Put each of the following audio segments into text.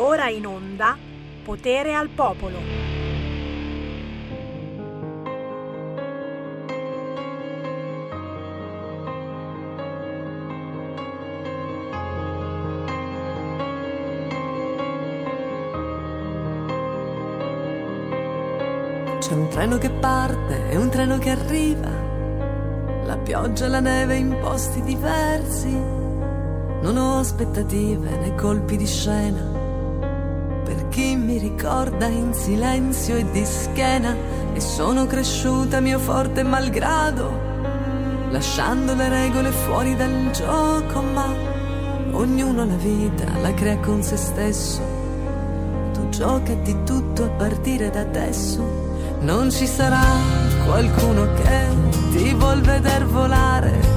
Va ora in onda Potere al Popolo. C'è un treno che parte e un treno che arriva, la pioggia e la neve in posti diversi. Non ho aspettative né colpi di scena per chi mi ricorda in silenzio e di schiena. E sono cresciuta mio forte malgrado, lasciando le regole fuori dal gioco. Ma ognuno la vita la crea con se stesso. Tu gioca di tutto a partire da adesso. Non ci sarà qualcuno che ti vuol veder volare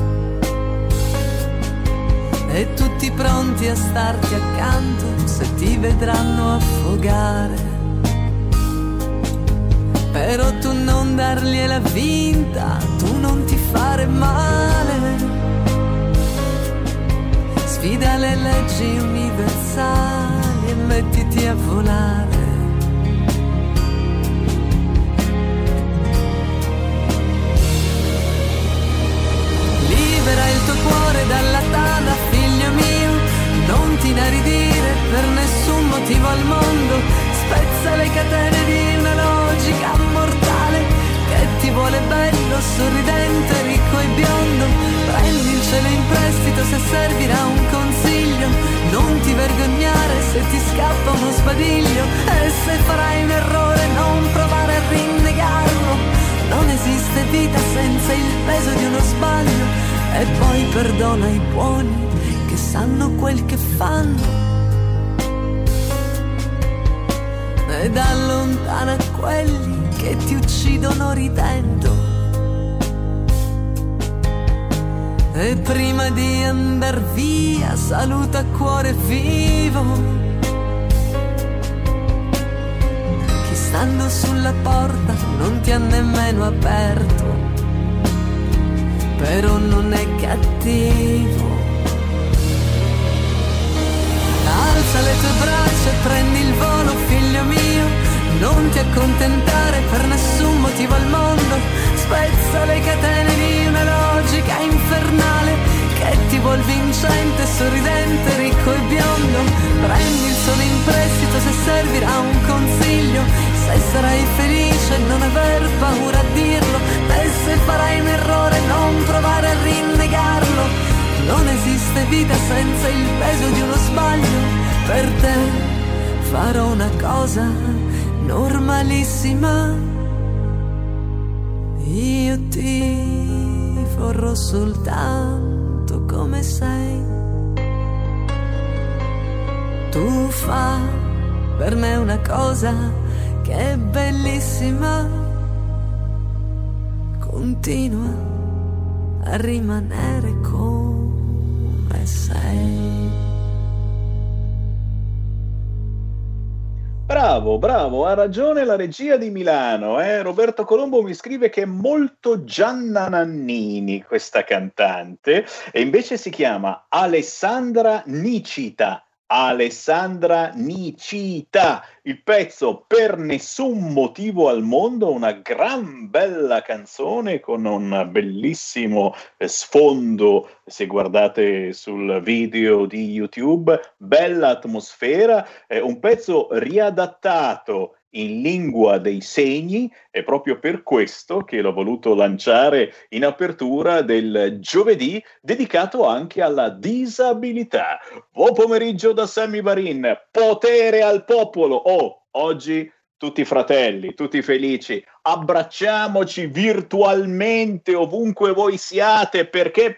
e tutti pronti a starti accanto se ti vedranno affogare. Però tu non dargliela vinta, tu non ti fare male. Sfida le leggi universali e mettiti a volare. Libera il tuo cuore dalla tana, figlio mio, non ti inaridire per nessun motivo al mondo. Spezza le catene di una logica mortale che ti vuole bello, sorridente, ricco e biondo. Prendi il cielo in prestito se servirà un consiglio. Non ti vergognare se ti scappa uno sbadiglio. E se farai un errore non provare a rinnegarlo. Non esiste vita senza il peso di uno sbaglio. E poi perdona i buoni che sanno quel che fanno ed allontana quelli che ti uccidono ridendo. E prima di andar via saluta cuore vivo chi stando sulla porta non ti ha nemmeno aperto, però non è cattivo. Alza le tue braccia e prendi il volo, figlio mio, non ti accontentare per nessun motivo al mondo. Spezza le catene di una logica infernale che ti vuol vincente, sorridente, ricco e biondo. Prendi il sole in prestito se servirà un consiglio. Se sarai felice non aver paura a dirlo. E se farai un errore non provare a rinnegarlo. Non esiste vita senza il peso di uno sbaglio. Per te farò una cosa normalissima. Io ti vorrò soltanto come sei. Tu fa per me una cosa che è bellissima. Continua a rimanere come sei. Bravo, bravo, ha ragione la regia di Milano. Roberto Colombo mi scrive che è molto Gianna Nannini questa cantante e invece si chiama Alessandra Nicita. Alessandra Nicita, il pezzo Per nessun motivo al mondo, una gran bella canzone con un bellissimo sfondo, se guardate sul video di YouTube, bella atmosfera, un pezzo riadattato in lingua dei segni, è proprio per questo che l'ho voluto lanciare in apertura del giovedì dedicato anche alla disabilità. Buon pomeriggio da Sammy Varin, potere al popolo. Oggi tutti fratelli, tutti felici, abbracciamoci virtualmente ovunque voi siate, perché?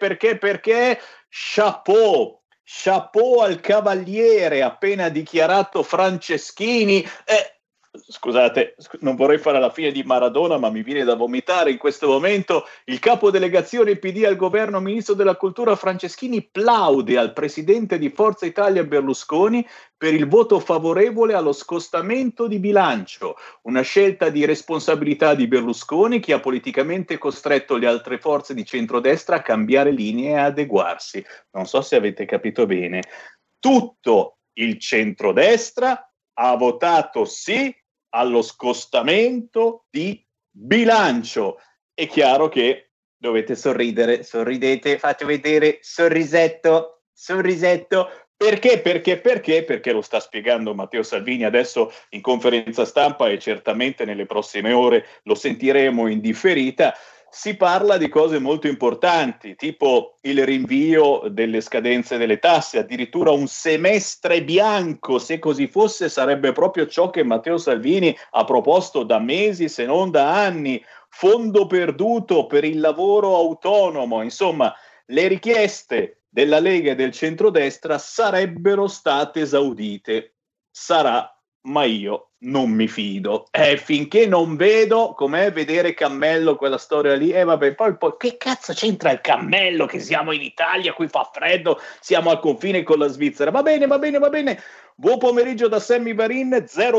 Chapeau al cavaliere appena dichiarato Franceschini. Scusate, non vorrei fare la fine di Maradona, ma mi viene da vomitare in questo momento. Il capo delegazione PD al governo, ministro della cultura Franceschini, plaude al presidente di Forza Italia Berlusconi per il voto favorevole allo scostamento di bilancio, una scelta di responsabilità di Berlusconi che ha politicamente costretto le altre forze di centrodestra a cambiare linee e adeguarsi. Non so se avete capito bene. Tutto il centrodestra ha votato sì allo scostamento di bilancio. È chiaro che dovete sorridere, sorridete, fate vedere, sorrisetto, perché? Perché lo sta spiegando Matteo Salvini adesso in conferenza stampa e certamente nelle prossime ore lo sentiremo in differita. Si parla di cose molto importanti, tipo il rinvio delle scadenze delle tasse, addirittura un semestre bianco. Se così fosse, sarebbe proprio ciò che Matteo Salvini ha proposto da mesi, se non da anni. Fondo perduto per il lavoro autonomo. Insomma, le richieste della Lega e del centrodestra sarebbero state esaudite. Sarà, ma io non mi fido. Finché non vedo com'è vedere Cammello, quella storia lì, vabbè, poi che cazzo c'entra il Cammello, che siamo in Italia, qui fa freddo, siamo al confine con la Svizzera. Va bene. Buon pomeriggio da Sammy Varin,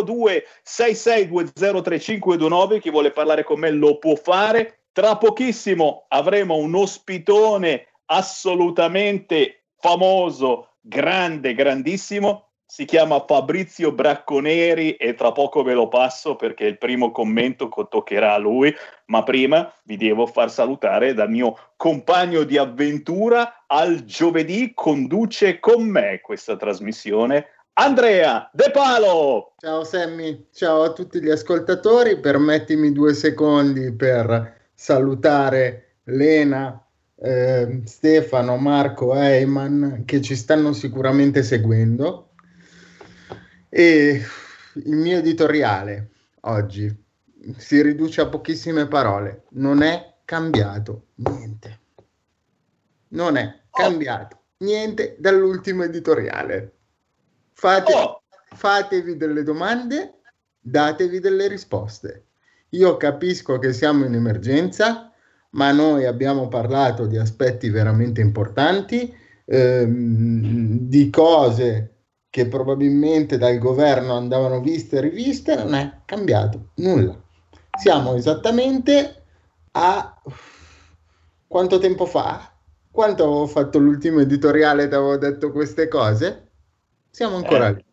0266203529, chi vuole parlare con me lo può fare. Tra pochissimo avremo un ospitone assolutamente famoso, grande, grandissimo. Si chiama Fabrizio Bracconeri e tra poco ve lo passo perché il primo commento toccherà a lui, ma prima vi devo far salutare dal mio compagno di avventura. Al giovedì conduce con me questa trasmissione Andrea De Palo. Ciao Sammy, ciao a tutti gli ascoltatori, permettimi 2 secondi per salutare Lena, Stefano, Marco, Eyman che ci stanno sicuramente seguendo. E il mio editoriale oggi si riduce a pochissime parole: non è cambiato niente, non è cambiato niente dall'ultimo editoriale. Fatevi delle domande, datevi delle risposte. Io capisco che siamo in emergenza, ma noi abbiamo parlato di aspetti veramente importanti, di cose che probabilmente dal governo andavano viste e riviste. Non è cambiato nulla. Siamo esattamente a quanto tempo fa? Quanto avevo fatto l'ultimo editoriale e avevo detto queste cose? Siamo ancora lì.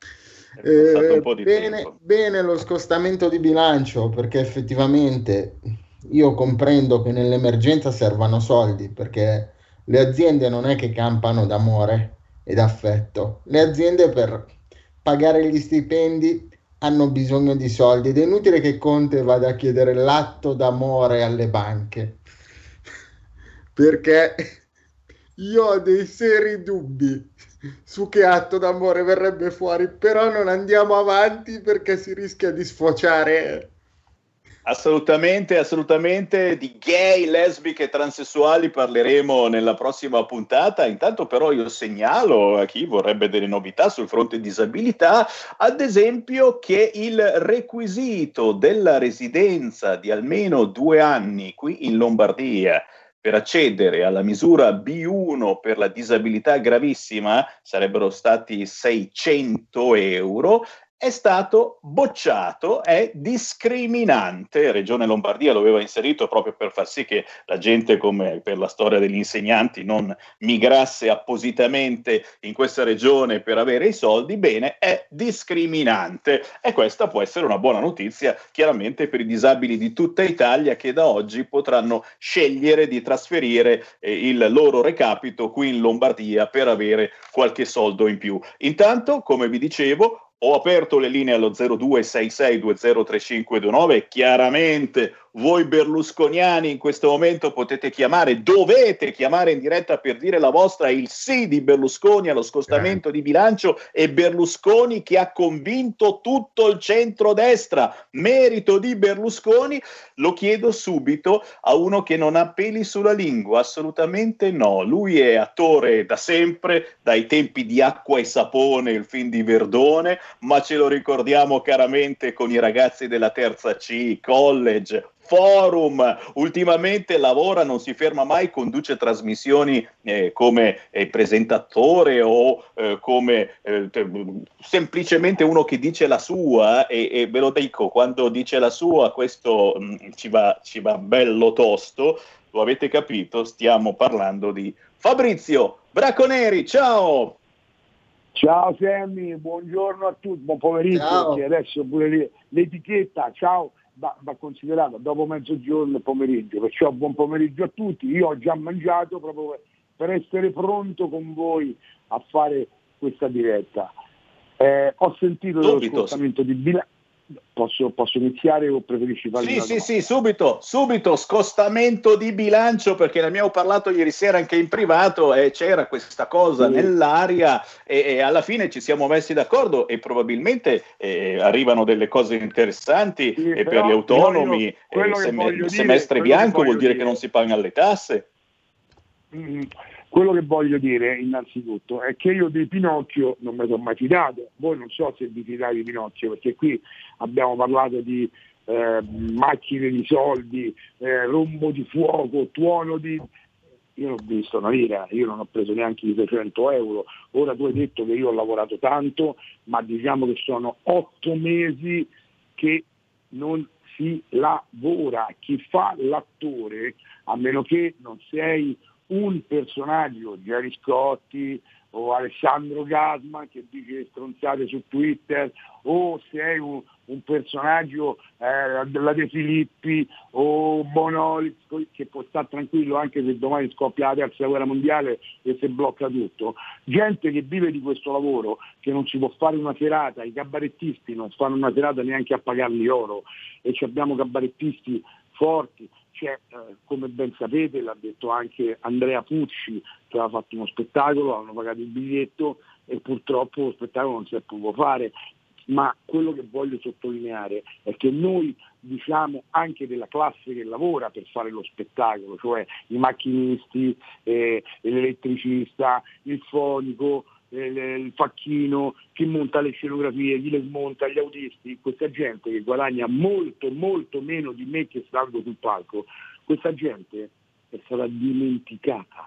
Bene lo scostamento di bilancio, perché effettivamente io comprendo che nell'emergenza servano soldi, perché le aziende non è che campano d'amore ed affetto. Le aziende per pagare gli stipendi hanno bisogno di soldi ed è inutile che Conte vada a chiedere l'atto d'amore alle banche perché io ho dei seri dubbi su che atto d'amore verrebbe fuori, però non andiamo avanti perché si rischia di sfociare. Assolutamente, di gay, lesbiche e transessuali parleremo nella prossima puntata. Intanto però io segnalo a chi vorrebbe delle novità sul fronte disabilità, ad esempio, che il requisito della residenza di almeno 2 anni qui in Lombardia per accedere alla misura B1 per la disabilità gravissima sarebbero stati 600 euro, è stato bocciato, è discriminante. Regione Lombardia lo aveva inserito proprio per far sì che la gente, come per la storia degli insegnanti, non migrasse appositamente in questa regione per avere i soldi. Bene, è discriminante e questa può essere una buona notizia chiaramente per i disabili di tutta Italia, che da oggi potranno scegliere di trasferire il loro recapito qui in Lombardia per avere qualche soldo in più. Intanto, come vi dicevo, ho aperto le linee allo 0266203529. Chiaramente voi berlusconiani in questo momento potete chiamare, dovete chiamare in diretta per dire la vostra, il sì di Berlusconi allo scostamento di bilancio, e Berlusconi che ha convinto tutto il centrodestra. Merito di Berlusconi. Lo chiedo subito a uno che non ha peli sulla lingua, assolutamente no. Lui è attore da sempre, dai tempi di Acqua e Sapone, il film di Verdone, ma ce lo ricordiamo caramente con i ragazzi della terza C, College, Forum. Ultimamente lavora, non si ferma mai, conduce trasmissioni come presentatore o come semplicemente uno che dice la sua, e ve lo dico, quando dice la sua questo ci va bello tosto. Lo avete capito? Stiamo parlando di Fabrizio Bracconeri. Ciao! Ciao Sammy, buongiorno a tutti, buon pomeriggio, Ciao. che adesso pure l'etichetta, ciao, va considerata dopo mezzogiorno e pomeriggio, perciò buon pomeriggio a tutti. Io ho già mangiato proprio per essere pronto con voi a fare questa diretta. Ho sentito dello scostamento di bilancio. Posso iniziare o preferisci farmi una domanda? Sì, subito, scostamento di bilancio, perché ne abbiamo parlato ieri sera anche in privato e c'era questa cosa nell'aria e alla fine ci siamo messi d'accordo e probabilmente arrivano delle cose interessanti per gli autonomi. Il semestre bianco vuol dire che non si pagano le tasse. Quello che voglio dire innanzitutto è che io di Pinocchio non mi sono mai fidato. Voi non so se vi fidate di Pinocchio, perché qui abbiamo parlato di macchine di soldi, rombo di fuoco, tuono di... Io non ho visto una lira, io non ho preso neanche i 600 euro. Ora tu hai detto che io ho lavorato tanto, ma diciamo che sono 8 mesi che non si lavora. Chi fa l'attore, a meno che non sei un personaggio, Gerry Scotti o Alessandro Gasman che dice stronzate su Twitter, o sei un personaggio della De Filippi o Bonoli, che può stare tranquillo anche se domani scoppia la terza guerra mondiale e si blocca tutto. Gente che vive di questo lavoro, che non si può fare una serata, i cabarettisti non fanno una serata neanche a pagarli oro, e abbiamo cabarettisti forti. C'è, come ben sapete, l'ha detto anche Andrea Pucci, che aveva fatto uno spettacolo, hanno pagato il biglietto e purtroppo lo spettacolo non si è potuto fare. Ma quello che voglio sottolineare è che noi diciamo anche della classe che lavora per fare lo spettacolo, cioè i macchinisti, l'elettricista, il fonico, il facchino, chi monta le scenografie, chi le smonta, gli autisti, questa gente che guadagna molto meno di me che salgo sul palco, questa gente è stata dimenticata.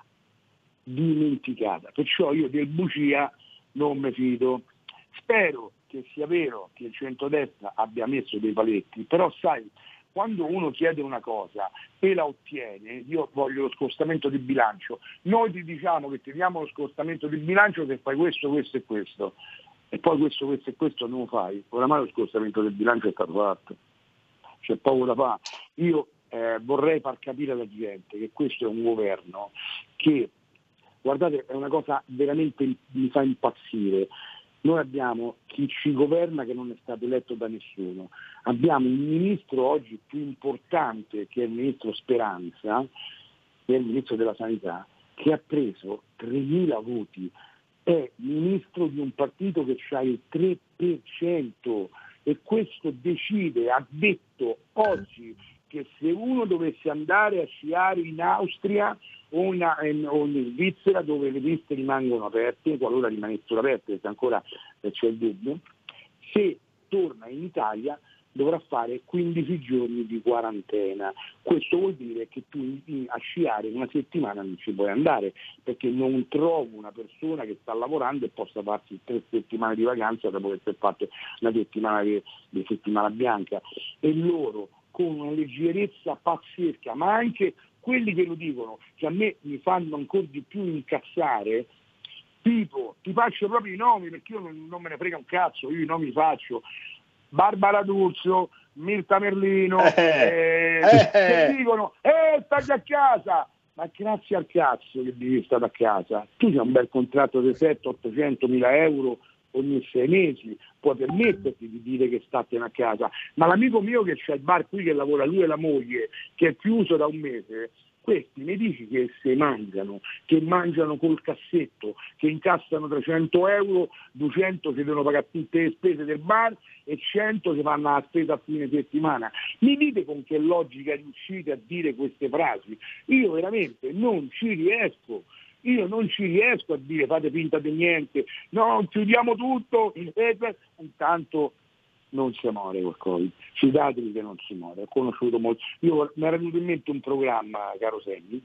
Perciò io del Bucia non mi fido. Spero che sia vero che il centrodestra abbia messo dei paletti, però sai, quando uno chiede una cosa e la ottiene, io voglio lo scostamento di bilancio, noi ti diciamo che teniamo lo scostamento di bilancio se fai questo e questo, e poi questo e questo non lo fai, oramai lo scostamento del bilancio è stato fatto, c'è poco da fare. Io vorrei far capire alla gente che questo è un governo che, guardate, è una cosa veramente mi fa impazzire. Noi abbiamo chi ci governa che non è stato eletto da nessuno, abbiamo un ministro oggi più importante che è il ministro Speranza, che è il ministro della sanità, che ha preso 3.000 voti, è ministro di un partito che ha il 3% e questo decide, ha detto oggi che se uno dovesse andare a sciare in Austria o in Svizzera, dove le piste rimangono aperte, qualora rimanessero aperte, perché ancora c'è il dubbio, se torna in Italia dovrà fare 15 giorni di quarantena. Questo vuol dire che tu a sciare una settimana non ci puoi andare, perché non trovo una persona che sta lavorando e possa farsi 3 settimane di vacanza dopo aver fatto una settimana di settimana bianca. E loro, con una leggerezza pazzesca, ma anche quelli che lo dicono, che a me mi fanno ancora di più incazzare, tipo, ti faccio proprio i nomi perché io non me ne frega un cazzo, io i nomi faccio, Barbara D'Urso, Mirta Merlino, che dicono, stai a casa, ma grazie al cazzo che devi stare a casa, tu c'hai un bel contratto di 700-800 mila euro ogni 6 mesi, puoi permetterti di dire che statene a casa, ma l'amico mio che c'è il bar qui che lavora, lui e la moglie, che è chiuso da un mese, questi mi dici che se mangiano, che mangiano col cassetto, che incassano 300 euro, 200 si devono pagare tutte le spese del bar e 100 si fanno la spesa a fine settimana. Mi dite con che logica riuscite a dire queste frasi? Io veramente non ci riesco. Io non ci riesco a dire fate finta di niente, no, chiudiamo tutto, intanto non si muore col Covid, fidatevi che non si muore. Ho conosciuto molto, mi era venuto in mente un programma, caro Semmi,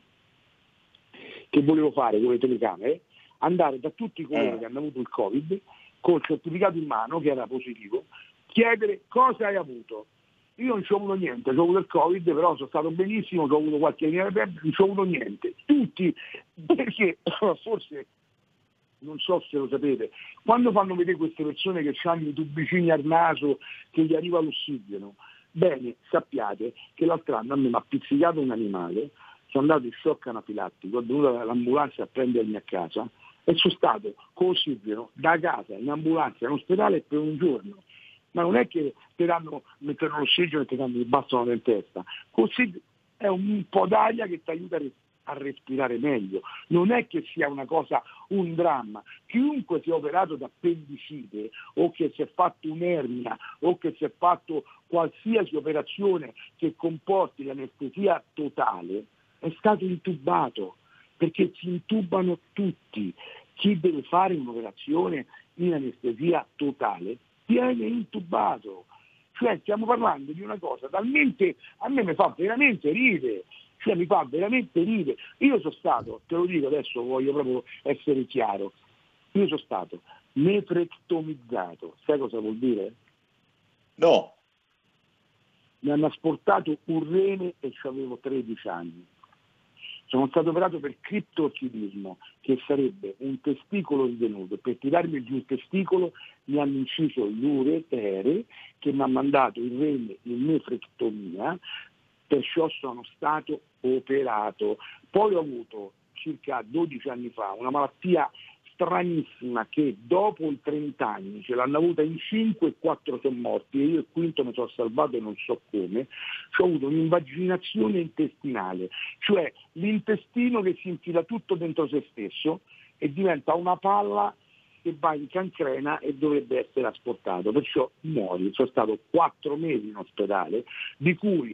che volevo fare con le telecamere, andare da tutti coloro che hanno avuto il Covid, col certificato in mano, che era positivo, chiedere cosa hai avuto. Io non ci ho avuto niente, ho avuto il Covid, però sono stato benissimo, ho avuto qualche linea di perdita, non ci ho avuto niente. Tutti, perché forse non so se lo sapete, quando fanno vedere queste persone che hanno i tubicini al naso, che gli arriva l'ossigeno, bene, sappiate che l'altro anno a me mi ha pizzicato un animale, sono andato in shock anafilattico, ho dovuto l'ambulanza a prendermi a casa e sono stato con ossigeno da casa in ambulanza in ospedale per un giorno. Ma non è che ti danno, mettono l'ossigeno e ti danno il bastone in testa, così è un po' d'aria che ti aiuta a respirare meglio, non è che sia una cosa, un dramma. Chiunque si è operato d'appendicite o che si è fatto un'ernia o che si è fatto qualsiasi operazione che comporti l'anestesia totale è stato intubato, perché si intubano tutti. Chi deve fare un'operazione in anestesia totale viene intubato. Cioè stiamo parlando di una cosa talmente, a me mi fa veramente ridere, cioè mi fa veramente ridere. Io sono stato, te lo dico adesso, voglio proprio essere chiaro, io sono stato nefrectomizzato, sai cosa vuol dire? No. Mi hanno asportato un rene e avevo 13 anni. Sono stato operato per criptorchidismo, che sarebbe un testicolo ritenuto. Per tirarmi giù il testicolo mi hanno inciso l'uretere, che mi ha mandato il rene in nefrectomia, perciò sono stato operato. Poi ho avuto circa 12 anni fa una malattia stranissima che dopo i 30 anni ce l'hanno avuta in 5 e 4 sono morti e io il quinto mi sono salvato e non so come. Ho avuto un'invaginazione intestinale, cioè l'intestino che si infila tutto dentro se stesso e diventa una palla che va in cancrena e dovrebbe essere asportato, perciò muori. Sono stato 4 mesi in ospedale, di cui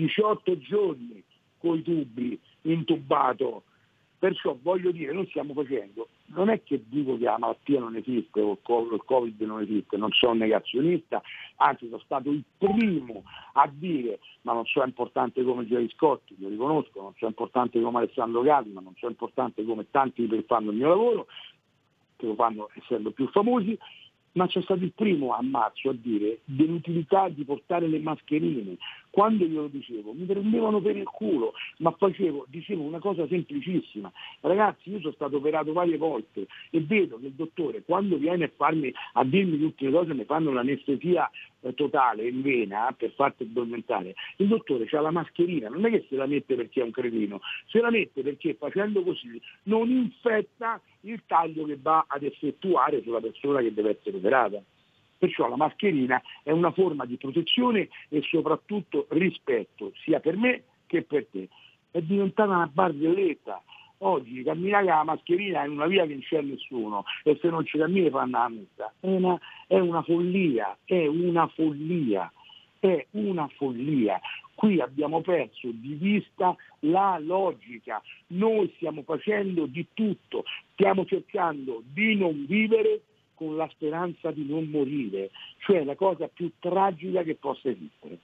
18 giorni coi tubi intubato. Perciò voglio dire, noi stiamo facendo, non è che dico che la malattia non esiste o il Covid non esiste, non sono negazionista, anzi sono stato il primo a dire ma non so importante come Gerry Scotti, lo riconosco, non so importante come Alessandro Galli, ma non so importante come tanti che fanno il mio lavoro, che lo fanno essendo più famosi, ma c'è stato il primo a marzo a dire dell'utilità di portare le mascherine. Quando io lo dicevo mi prendevano per il culo, ma dicevo una cosa semplicissima. Ragazzi, io sono stato operato varie volte e vedo che il dottore quando viene a dirmi tutte le cose mi fanno l'anestesia totale in vena per farti addormentare, il dottore ha la mascherina, non è che se la mette perché è un cretino, se la mette perché facendo così non infetta il taglio che va ad effettuare sulla persona che deve essere operata. Perciò la mascherina è una forma di protezione e soprattutto rispetto, sia per me che per te. È diventata una barzelletta. Oggi camminare con la mascherina in una via che non c'è nessuno e se non ci cammini fanno la multa. È una follia, è una follia, è una follia. Qui abbiamo perso di vista la logica. Noi stiamo facendo di tutto, stiamo cercando di non vivere con la speranza di non morire, cioè la cosa più tragica che possa esistere.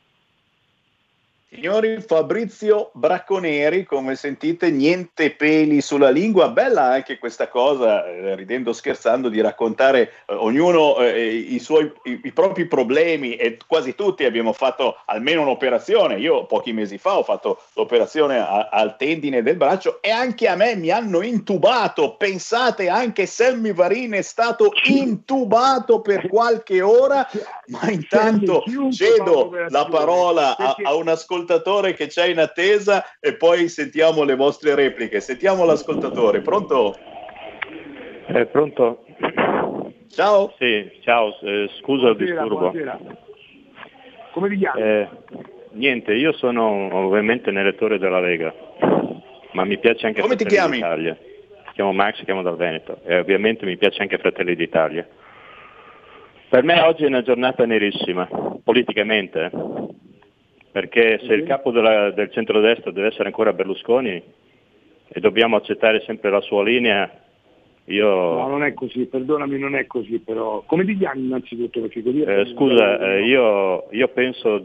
Signori, Fabrizio Bracconeri, come sentite, niente peli sulla lingua. Bella anche questa cosa, ridendo scherzando, di raccontare ognuno i propri problemi, e quasi tutti abbiamo fatto almeno un'operazione. Io pochi mesi fa ho fatto l'operazione al tendine del braccio e anche a me mi hanno intubato. Pensate, anche Sammy Varin è stato intubato per qualche ora, ma intanto cedo la parola a un ascoltatore che c'è in attesa e poi sentiamo le vostre repliche. Sentiamo l'ascoltatore. Pronto? Pronto? Ciao. Sì, ciao, scusa il disturbo. Buonasera. Come ti chiami? Niente, io sono ovviamente un elettore della Lega, ma mi piace anche Come ti Fratelli chiami? d'Italia. Mi chiamo Max, chiamo dal Veneto e ovviamente mi piace anche Fratelli d'Italia. Per me oggi è una giornata nerissima, politicamente, perché se il capo del centrodestra deve essere ancora Berlusconi e dobbiamo accettare sempre la sua linea, No, non è così, perdonami, non è così, però come ti chiami innanzitutto? Perché così scusa, io penso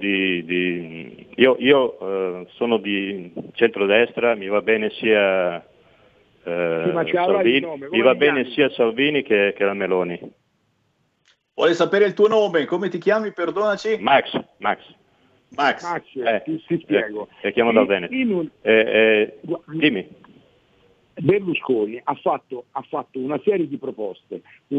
io sono di centrodestra, mi va bene sia Salvini, mi va bene sia Salvini che la Meloni. Vuole sapere il tuo nome? Come ti chiami? Perdonaci. Max. Ti spiego. Ti chiamo dal Veneto. Dimmi. Berlusconi ha fatto una serie di proposte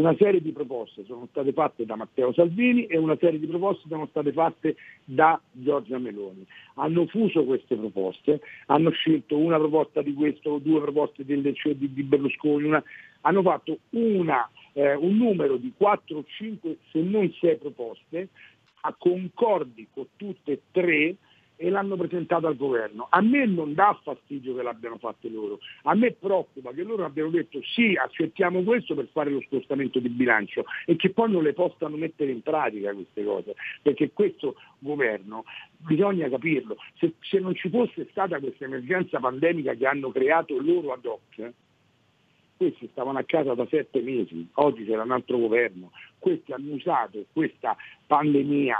sono state fatte da Matteo Salvini e una serie di proposte sono state fatte da Giorgia Meloni. Hanno fuso queste proposte, hanno scelto una proposta di questo, due proposte di Berlusconi, hanno fatto un numero di 4 o 5 se non 6 proposte a concordi con tutte e tre e l'hanno presentato al governo. A me non dà fastidio che l'abbiano fatte loro, a me preoccupa che loro abbiano detto sì, accettiamo questo per fare lo scostamento di bilancio e che poi non le possano mettere in pratica queste cose, perché questo governo, bisogna capirlo, se non ci fosse stata questa emergenza pandemica che hanno creato loro ad hoc, questi stavano a casa da 7 mesi, oggi c'era un altro governo, questi hanno usato questa pandemia,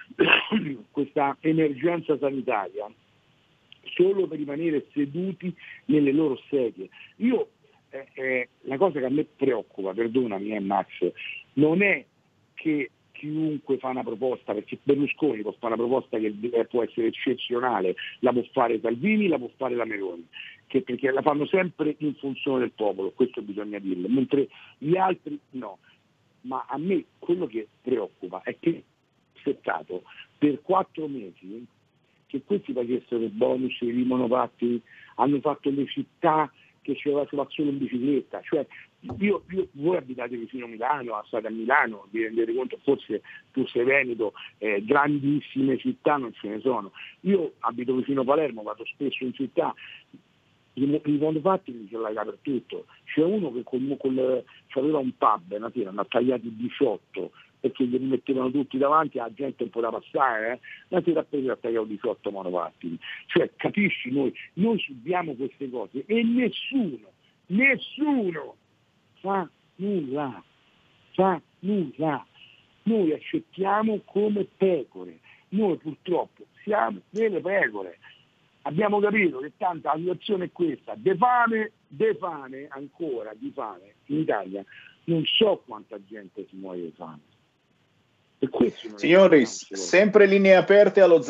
questa emergenza sanitaria, solo per rimanere seduti nelle loro sedie. La cosa che a me preoccupa, perdonami Max, non è che chiunque fa una proposta, perché Berlusconi può fare una proposta che può essere eccezionale, la può fare Salvini, la può fare la Meloni, perché la fanno sempre in funzione del popolo, questo bisogna dirlo, mentre gli altri no. Ma a me quello che preoccupa è che è stato per 4 mesi che questi facessero i bonus, i monopattini, hanno fatto le città che ci va solo in bicicletta, cioè voi abitate vicino a Milano, state a Milano, vi rendete conto, forse tu sei veneto, grandissime città non ce ne sono. Io abito vicino a Palermo, vado spesso in città, i monopattini ce l'hai dappertutto. C'è uno che c'aveva un pub, una sera, ne ha tagliati 18 perché glieli mettevano tutti davanti, la gente non poteva passare, la sera ha preso e ha tagliato 18 monopattini. Cioè, capisci, noi subiamo queste cose e nessuno fa nulla. Noi accettiamo come pecore, noi purtroppo siamo delle pecore. Abbiamo capito che tanta la situazione è questa, de fame ancora, di fame in Italia, non so quanta gente si muore di fame. Signori, sempre linee aperte allo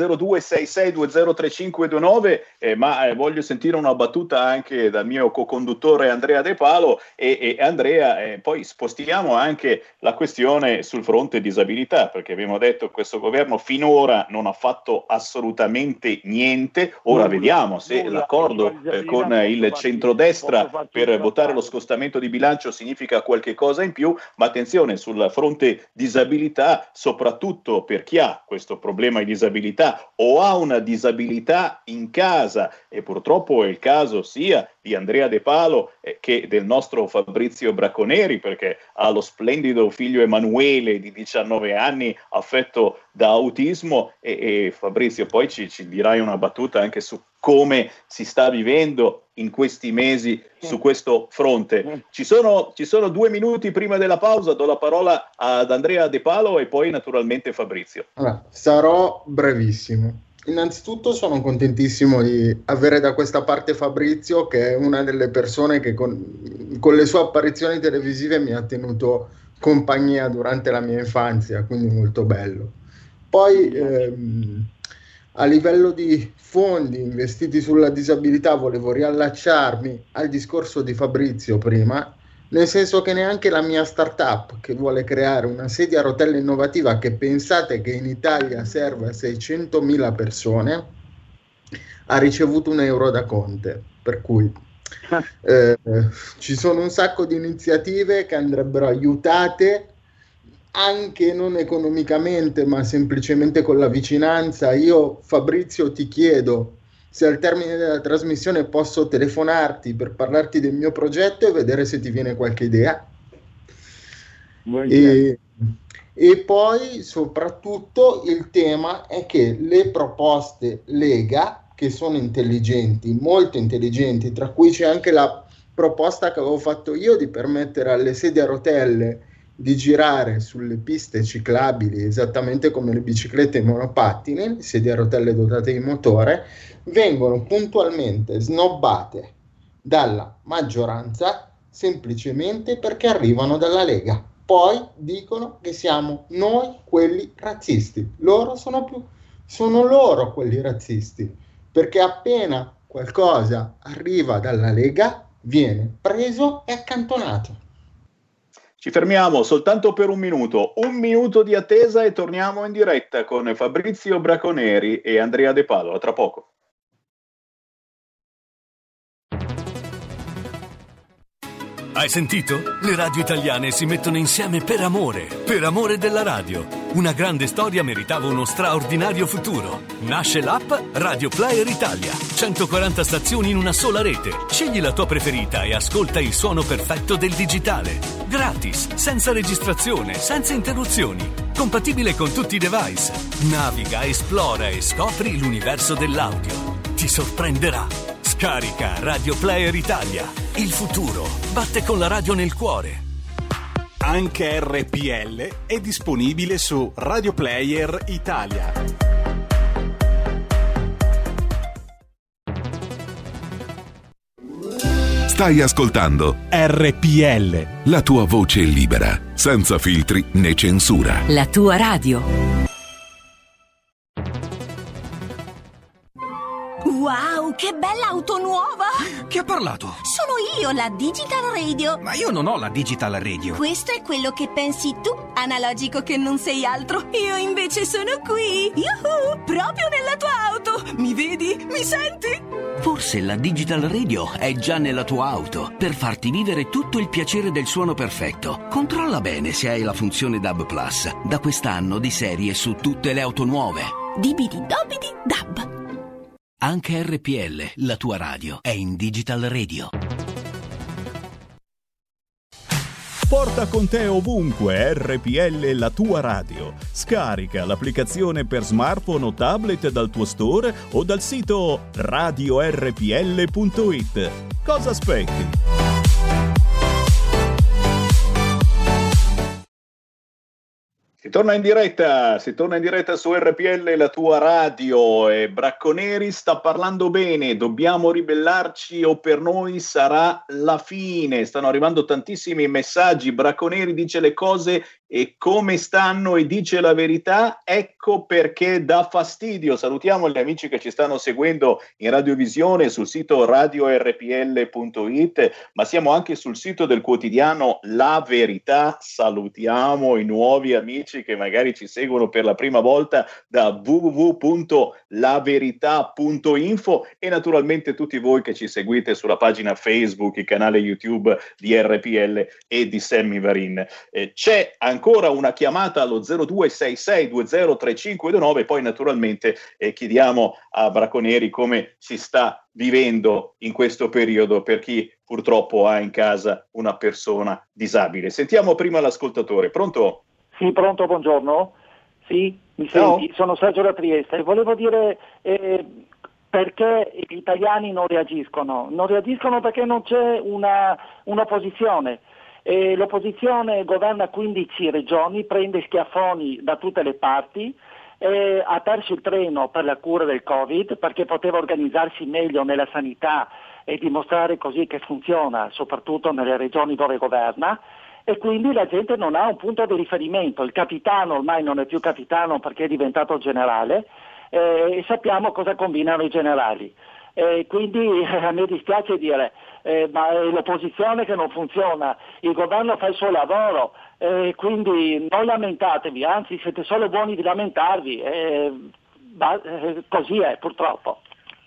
0266203529, ma voglio sentire una battuta anche dal mio co-conduttore Andrea De Palo e Andrea, poi spostiamo anche la questione sul fronte disabilità, perché abbiamo detto che questo governo finora non ha fatto assolutamente niente. Ora vediamo se l'accordo con il centrodestra per votare lo scostamento di bilancio significa qualche cosa in più, ma attenzione sul fronte disabilità, soprattutto per chi ha questo problema di disabilità o ha una disabilità in casa, e purtroppo è il caso sia di Andrea De Palo che del nostro Fabrizio Bracconeri, perché ha lo splendido figlio Emanuele di 19 anni affetto da autismo e Fabrizio poi ci dirai una battuta anche su come si sta vivendo in questi mesi su questo fronte. Ci sono 2 minuti prima della pausa, do la parola ad Andrea De Palo e poi naturalmente Fabrizio. Allora, sarò brevissimo. Innanzitutto sono contentissimo di avere da questa parte Fabrizio, che è una delle persone che con le sue apparizioni televisive mi ha tenuto compagnia durante la mia infanzia, quindi molto bello. Poi a livello di fondi investiti sulla disabilità volevo riallacciarmi al discorso di Fabrizio prima, nel senso che neanche la mia startup che vuole creare una sedia a rotelle innovativa che pensate che in Italia serve a 600.000 persone ha ricevuto €1 da Conte, per cui ci sono un sacco di iniziative che andrebbero aiutate anche non economicamente ma semplicemente con la vicinanza. Io Fabrizio ti chiedo se al termine della trasmissione posso telefonarti per parlarti del mio progetto e vedere se ti viene qualche idea. E poi soprattutto il tema è che le proposte Lega, che sono intelligenti, molto intelligenti, tra cui c'è anche la proposta che avevo fatto io di permettere alle sedie a rotelle di girare sulle piste ciclabili esattamente come le biciclette e i monopattini, le sedie a rotelle dotate di motore, vengono puntualmente snobbate dalla maggioranza semplicemente perché arrivano dalla Lega. Poi dicono che siamo noi quelli razzisti. Sono loro quelli razzisti, perché appena qualcosa arriva dalla Lega viene preso e accantonato. Ci fermiamo soltanto per un minuto di attesa e torniamo in diretta con Fabrizio Braconeri e Andrea De Palo. A tra poco. Hai sentito? Le radio italiane si mettono insieme per amore della radio. Una grande storia meritava uno straordinario futuro. Nasce l'app Radio Player Italia. 140 stazioni in una sola rete. Scegli la tua preferita e ascolta il suono perfetto del digitale. Gratis, senza registrazione, senza interruzioni. Compatibile con tutti i device. Naviga, esplora e scopri l'universo dell'audio. Ti sorprenderà. Scarica Radio Player Italia. Il futuro batte con la radio nel cuore. Anche RPL è disponibile su Radio Player Italia. Stai ascoltando RPL, la tua voce libera, senza filtri né censura. La tua radio. Wow, che bella auto nuova! Chi ha parlato? Sono io, la Digital Radio. Ma io non ho la Digital Radio. Questo è quello che pensi tu, analogico che non sei altro. Io invece sono qui. Yuhu! Proprio nella tua auto. Mi vedi? Mi senti? Forse la Digital Radio è già nella tua auto per farti vivere tutto il piacere del suono perfetto. Controlla bene se hai la funzione DAB+. Da quest'anno di serie su tutte le auto nuove. Dibidi dobidi dab. Anche RPL, la tua radio, è in Digital Radio. Porta con te ovunque RPL, la tua radio. Scarica l'applicazione per smartphone o tablet dal tuo store o dal sito radiorpl.it. Cosa aspetti? Si torna in diretta su RPL, la tua radio, e Bracconeri sta parlando bene, dobbiamo ribellarci o per noi sarà la fine. Stanno arrivando tantissimi messaggi, Bracconeri dice le cose e come stanno e dice la verità, ecco perché dà fastidio. Salutiamo gli amici che ci stanno seguendo in radiovisione sul sito radiorpl.it, ma siamo anche sul sito del quotidiano La Verità. Salutiamo i nuovi amici che magari ci seguono per la prima volta da www.laverità.info e naturalmente tutti voi che ci seguite sulla pagina Facebook, il canale YouTube di RPL e di Sammy Varin. C'è ancora una chiamata allo 0266203529, poi naturalmente chiediamo a Bracconeri come si sta vivendo in questo periodo per chi purtroppo ha in casa una persona disabile. Sentiamo prima l'ascoltatore. Pronto? Sì, pronto, buongiorno. Sì, mi senti? Sono Sergio da Trieste e volevo dire perché gli italiani non reagiscono. Non reagiscono perché non c'è un'opposizione. L'opposizione governa 15 regioni, prende schiaffoni da tutte le parti, ha perso il treno per la cura del Covid perché poteva organizzarsi meglio nella sanità e dimostrare così che funziona, soprattutto nelle regioni dove governa, e quindi la gente non ha un punto di riferimento. Il capitano ormai non è più capitano perché è diventato generale, e sappiamo cosa combinano i generali. Quindi a me dispiace dire, ma è l'opposizione che non funziona, il governo fa il suo lavoro, quindi non lamentatevi, anzi siete solo buoni di lamentarvi, così è purtroppo.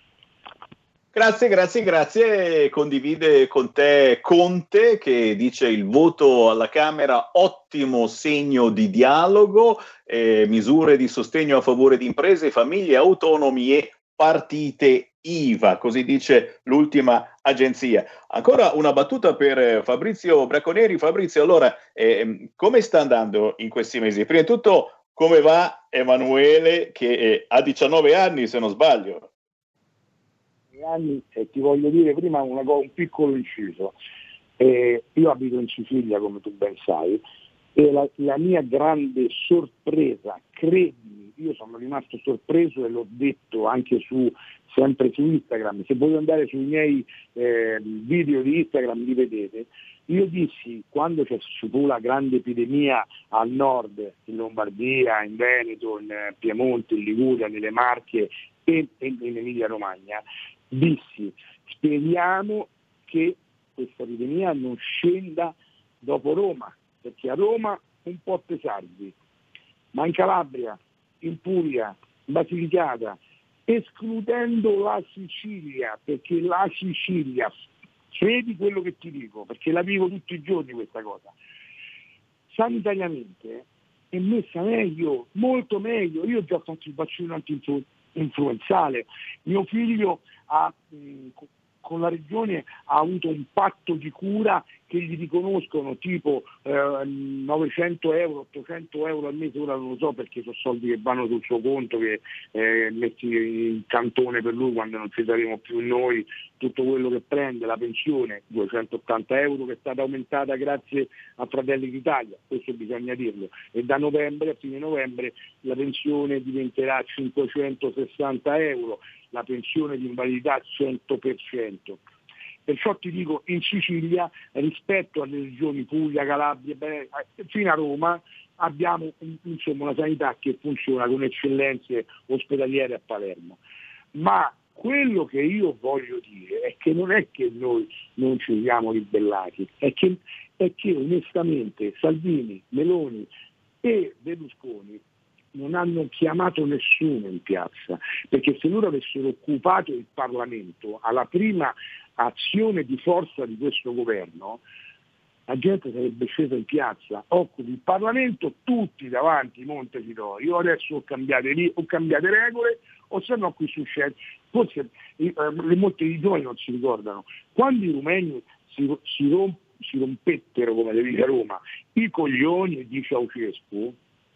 Grazie. Condivide con te Conte che dice il voto alla Camera ottimo segno di dialogo, misure di sostegno a favore di imprese, famiglie, autonomi e partite IVA, così dice l'ultima agenzia. Ancora una battuta per Fabrizio Bracconeri. Fabrizio, allora, come sta andando in questi mesi? Prima di tutto, come va Emanuele che ha 19 anni, se non sbaglio? Anni, e ti voglio dire prima un piccolo inciso. Io abito in Sicilia, come tu ben sai, e la mia grande sorpresa, credimi, io sono rimasto sorpreso e l'ho detto anche sempre su Instagram, se volete andare sui miei video di Instagram li vedete. Io dissi, quando ci fu la grande epidemia al nord, in Lombardia, in Veneto, in Piemonte, in Liguria, nelle Marche e in Emilia Romagna, dissi, speriamo che questa epidemia non scenda dopo Roma, perché a Roma un po' pesardi, ma in Calabria, in Puglia, in Basilicata, escludendo la Sicilia, perché la Sicilia, credi quello che ti dico, perché la vivo tutti i giorni questa cosa, sanitariamente è messa meglio, molto meglio. Io ho già fatto il vaccino anti-influenzale, mio figlio con la regione ha avuto un patto di cura che gli riconoscono tipo 900 euro, 800 euro al mese, ora non lo so perché sono soldi che vanno sul suo conto, che metti in cantone per lui quando non ci saremo più noi, tutto quello che prende, la pensione, 280 euro che è stata aumentata grazie a Fratelli d'Italia, questo bisogna dirlo, e da novembre, a fine novembre, la pensione diventerà 560 euro, la pensione di invalidità 100%. Perciò ti dico, in Sicilia, rispetto alle regioni Puglia, Calabria, fino a Roma, abbiamo insomma una sanità che funziona con eccellenze ospedaliere a Palermo. Ma quello che io voglio dire è che non è che noi non ci siamo ribellati, è che onestamente Salvini, Meloni e Berlusconi non hanno chiamato nessuno in piazza, perché se loro avessero occupato il Parlamento alla prima azione di forza di questo governo, la gente sarebbe scesa in piazza. Occupi il Parlamento, tutti davanti Montecitorio. Io adesso ho cambiato regole, o se no qui succede, forse molti di noi non si ricordano, quando i rumeni si rompettero, come le dice a Roma, i coglioni di Ceausescu,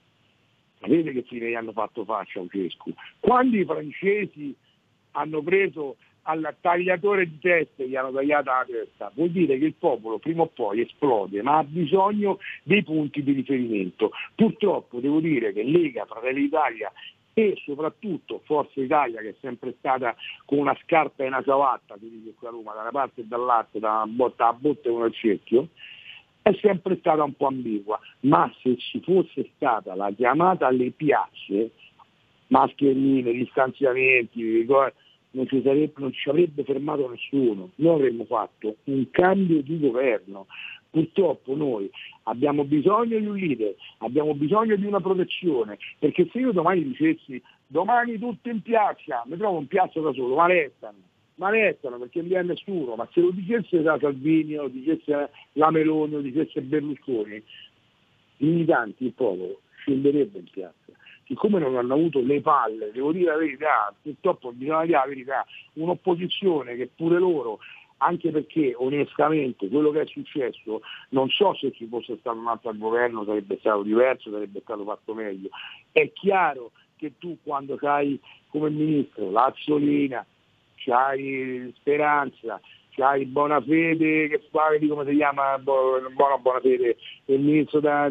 sapete che fine gli hanno fatto fare Ceausescu? Quando i francesi hanno preso al tagliatore di teste, gli hanno tagliato la testa, vuol dire che il popolo prima o poi esplode, ma ha bisogno dei punti di riferimento. Purtroppo devo dire che Lega, Fratelli d'Italia e soprattutto Forza Italia, che è sempre stata con una scarpa e una ciabatta, si dice qui a Roma, da una parte e dall'altra, da una botta a botte con il cerchio, è sempre stata un po' ambigua, ma se ci fosse stata la chiamata alle piazze, mascherine, distanziamenti, non ci avrebbe fermato nessuno, noi avremmo fatto un cambio di governo. Purtroppo noi abbiamo bisogno di un leader, abbiamo bisogno di una protezione, perché se io domani dicessi domani tutti in piazza, mi trovo in piazza da solo, ma restano perché non vi è nessuno, ma se lo dicesse da Salvini, lo dicesse la Meloni, lo dicesse Berlusconi, i militanti, il popolo scenderebbe in piazza. Siccome non hanno avuto le palle, devo dire la verità, purtroppo bisogna dire la verità, un'opposizione che pure loro, anche perché onestamente quello che è successo, non so se ci fosse stato un altro al governo sarebbe stato diverso, sarebbe stato fatto meglio. È chiaro che tu quando c'hai come ministro Lazzolina, c'hai Speranza, c'hai Bonafede, che fa, come si chiama, Bonafede, il ministro della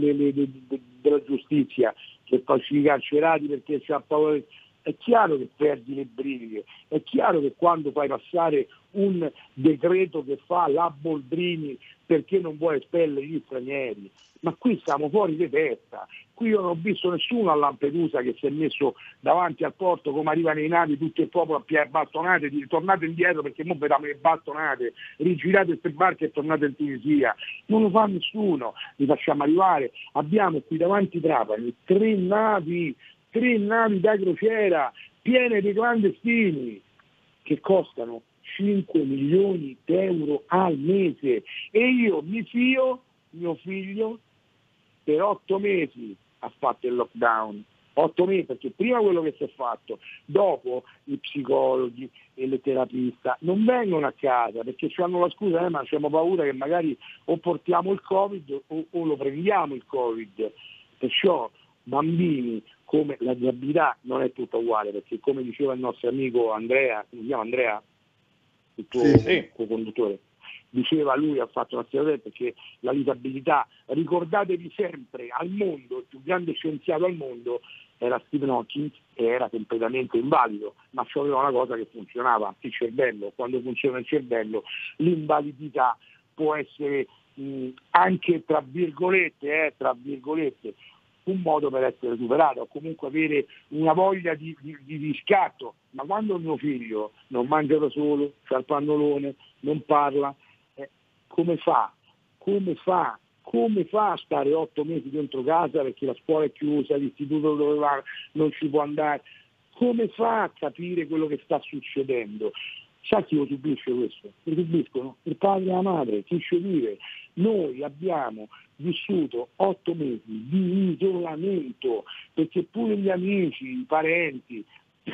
giustizia, che fa i carcerati perché c'ha paura. È chiaro che perdi le briglie, è chiaro che quando fai passare un decreto che fa la Boldrini perché non vuole espellere gli stranieri, ma qui siamo fuori di testa. Qui io non ho visto nessuno a Lampedusa che si è messo davanti al porto come arrivano i navi, tutto il popolo a piedi bastonate, tornate indietro perché mo vediamo le bastonate, rigirate queste barche e tornate in Tunisia. Non lo fa nessuno, li facciamo arrivare. Abbiamo qui davanti Trapani tre navi da crociera piene di clandestini che costano 5 milioni di euro al mese, e io mi fio, mio figlio per 8 mesi ha fatto il lockdown, 8 mesi, perché prima quello che si è fatto, dopo i psicologi e le terapiste non vengono a casa perché hanno la scusa, ma abbiamo paura che magari o portiamo il Covid o lo prendiamo il Covid. Perciò bambini come la disabilità non è tutta uguale, perché come diceva il nostro amico Andrea, si chiama Andrea, il tuo co-conduttore, diceva, lui ha fatto una storia perché la disabilità, ricordatevi sempre, al mondo, il più grande scienziato al mondo era Stephen Hawking, e era completamente invalido, ma c'aveva una cosa che funzionava, il cervello. Quando funziona il cervello l'invalidità può essere anche tra virgolette, un modo per essere superato, o comunque avere una voglia di riscatto. Ma quando mio figlio non mangia da solo, c'ha il pannolone, non parla, come fa a stare 8 mesi dentro casa perché la scuola è chiusa, l'istituto dove va non ci può andare? Come fa a capire quello che sta succedendo? Sa chi lo subisce questo? Lo subiscono il padre e la madre, chi ci vive. Noi abbiamo vissuto 8 mesi di isolamento perché pure gli amici, i parenti,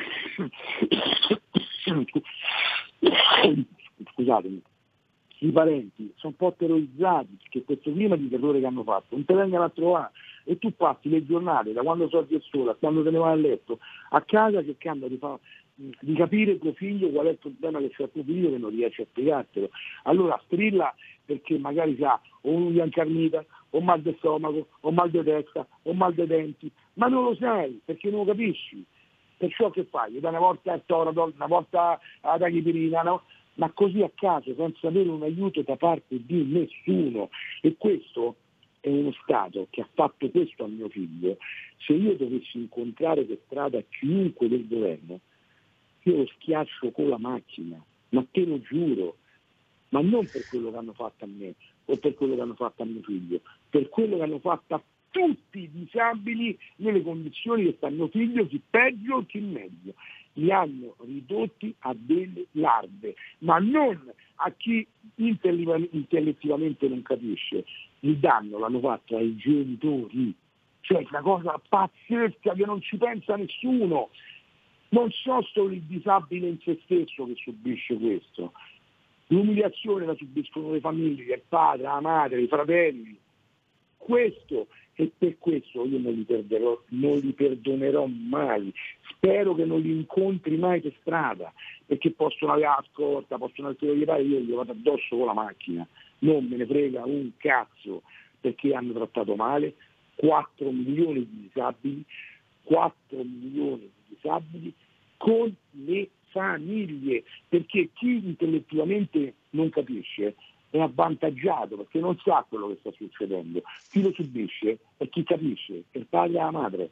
scusatemi, i parenti sono un po' terrorizzati perché questo clima di terrore che hanno fatto non te vengano a trovare, e tu passi le giornate da quando sorgi il sole a quando te ne vai a letto a casa cercando di capire tuo figlio qual è il problema che c'è tuo figlio, che non riesce a spiegartelo. Allora strilla perché magari ha o un'unghia incarnita o mal di stomaco o mal di testa o mal dei denti, ma non lo sai perché non lo capisci. Perciò che fai? Da una volta al Toradol, una volta alla tachipirina, no? Ma così a caso, senza avere un aiuto da parte di nessuno. E questo è uno Stato che ha fatto questo a mio figlio. Se io dovessi incontrare per strada chiunque del governo, io lo schiaccio con la macchina, ma te lo giuro, ma non per quello che hanno fatto a me o per quello che hanno fatto a mio figlio, per quello che hanno fatto a tutti i disabili nelle condizioni che sta mio figlio, chi peggio, chi meglio. Li hanno ridotti a delle larve, ma non a chi intellettivamente non capisce. Il danno l'hanno fatto ai genitori, cioè una cosa pazzesca che non ci pensa nessuno. Non so solo il disabile in se stesso che subisce questo, l'umiliazione la subiscono le famiglie, il padre, la madre, i fratelli. Questo, e per questo io non li perdonerò mai. Spero che non li incontri mai per strada, perché possono avere la scorta, possono essere di fare, io gli vado addosso con la macchina, non me ne frega un cazzo, perché hanno trattato male 4 milioni di disabili, 4 milioni di disabili con le famiglie, perché chi intellettivamente non capisce è avvantaggiato perché non sa quello che sta succedendo. Chi lo subisce è chi capisce, è il padre e la madre.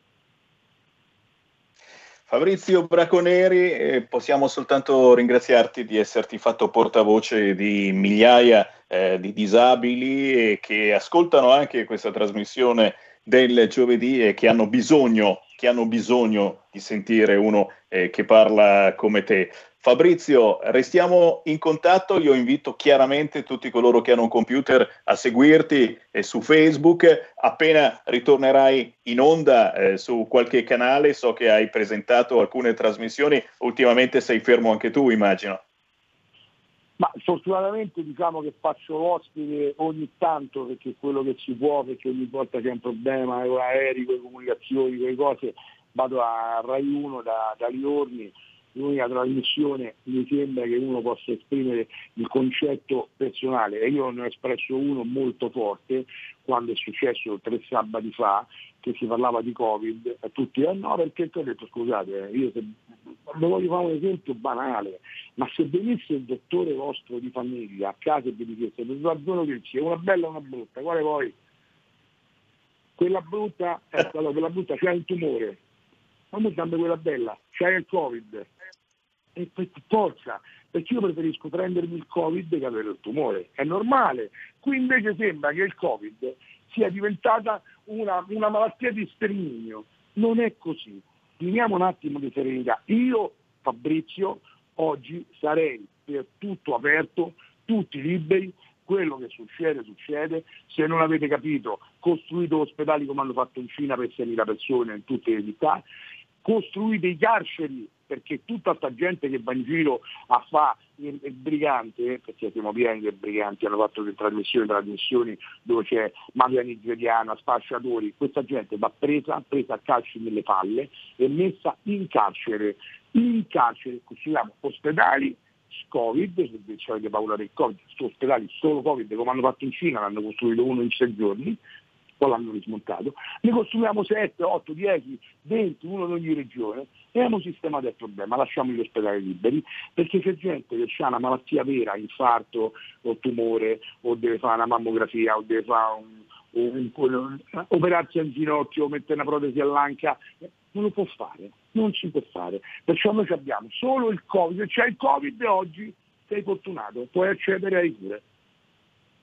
Fabrizio Braconeri, possiamo soltanto ringraziarti di esserti fatto portavoce di migliaia di disabili che ascoltano anche questa trasmissione del giovedì e che hanno bisogno di sentire uno che parla come te. Fabrizio, restiamo in contatto, io invito chiaramente tutti coloro che hanno un computer a seguirti su Facebook, appena ritornerai in onda su qualche canale, so che hai presentato alcune trasmissioni, ultimamente sei fermo anche tu, immagino. Ma fortunatamente diciamo che faccio l'ospite ogni tanto, perché quello che si può, perché ogni volta c'è un problema con aerei, con le comunicazioni, con le cose, vado a Rai 1 da Liorni. L'unica trasmissione mi sembra che uno possa esprimere il concetto personale, e io ne ho espresso uno molto forte quando è successo 3 sabati fa, che si parlava di Covid, e tutti no, perché ho detto scusate, io vi voglio fare un esempio banale, ma se venisse il dottore vostro di famiglia a casa e vi dicesse per la zona che c'è una bella e una brutta, quale poi? Quella brutta, quella brutta c'ha il tumore, ma non sempre quella bella, c'è il Covid. E per forza, perché io preferisco prendermi il Covid che avere il tumore, è normale. Qui invece sembra che il Covid sia diventata una malattia di sterminio, non è così. Finiamo un attimo di serenità. Io, Fabrizio, oggi sarei per tutto aperto, tutti liberi, quello che succede, se non avete capito, costruite ospedali come hanno fatto in Cina per 6.000 persone in tutte le città, costruite i carceri, perché tutta sta gente che va in giro a fare il brigante, perché siamo pieni di briganti, hanno fatto le trasmissioni dove c'è mafia nigeriana, spacciatori, questa gente va presa a calci nelle palle e messa in carcere, costruiamo ospedali Covid, se avete paura del Covid, ospedali solo Covid come hanno fatto in Cina, l'hanno costruito uno in 6 giorni, poi l'hanno rismontato, ne costruiamo 7, 8, 10, 20, uno in ogni regione e abbiamo sistemato il problema, lasciamo gli ospedali liberi, perché c'è gente che ha una malattia vera, infarto o tumore, o deve fare una mammografia, o deve fare operarsi al ginocchio, mettere una protesi all'anca, non lo può fare, non si può fare, perciò noi abbiamo solo il Covid, se c'è il Covid oggi sei fortunato, puoi accedere ai cure.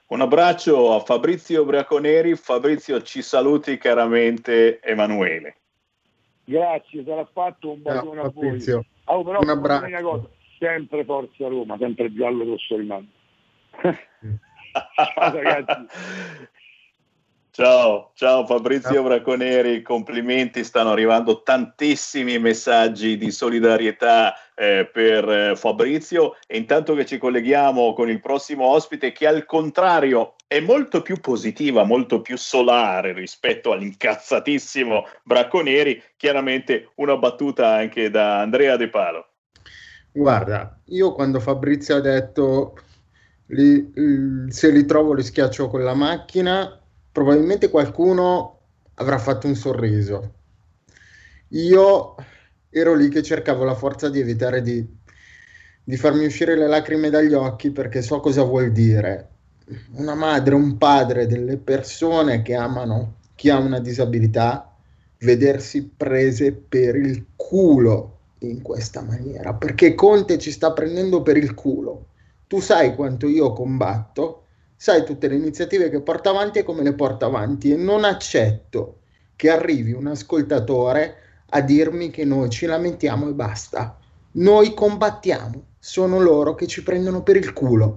Un abbraccio a Fabrizio Braconeri. Fabrizio, ci saluti caramente Emanuele. Grazie, sarà fatto, un bacione a voi. Però un abbraccio. Una cosa, sempre Forza Roma, sempre giallo rosso rimane. Ciao ragazzi. Ciao Fabrizio Braconeri, complimenti, stanno arrivando tantissimi messaggi di solidarietà per Fabrizio, e intanto che ci colleghiamo con il prossimo ospite, che al contrario è molto più positiva, molto più solare rispetto all'incazzatissimo Braconeri, chiaramente una battuta anche da Andrea De Palo. Guarda, io quando Fabrizio ha detto se li trovo li schiaccio con la macchina, probabilmente qualcuno avrà fatto un sorriso. Io ero lì che cercavo la forza di evitare di farmi uscire le lacrime dagli occhi, perché so cosa vuol dire una madre, un padre, delle persone che amano chi ha una disabilità, vedersi prese per il culo in questa maniera, perché Conte ci sta prendendo per il culo. Tu sai quanto io combatto, sai tutte le iniziative che porta avanti e come le porta avanti, e non accetto che arrivi un ascoltatore a dirmi che noi ci lamentiamo e basta. Noi combattiamo, sono loro che ci prendono per il culo.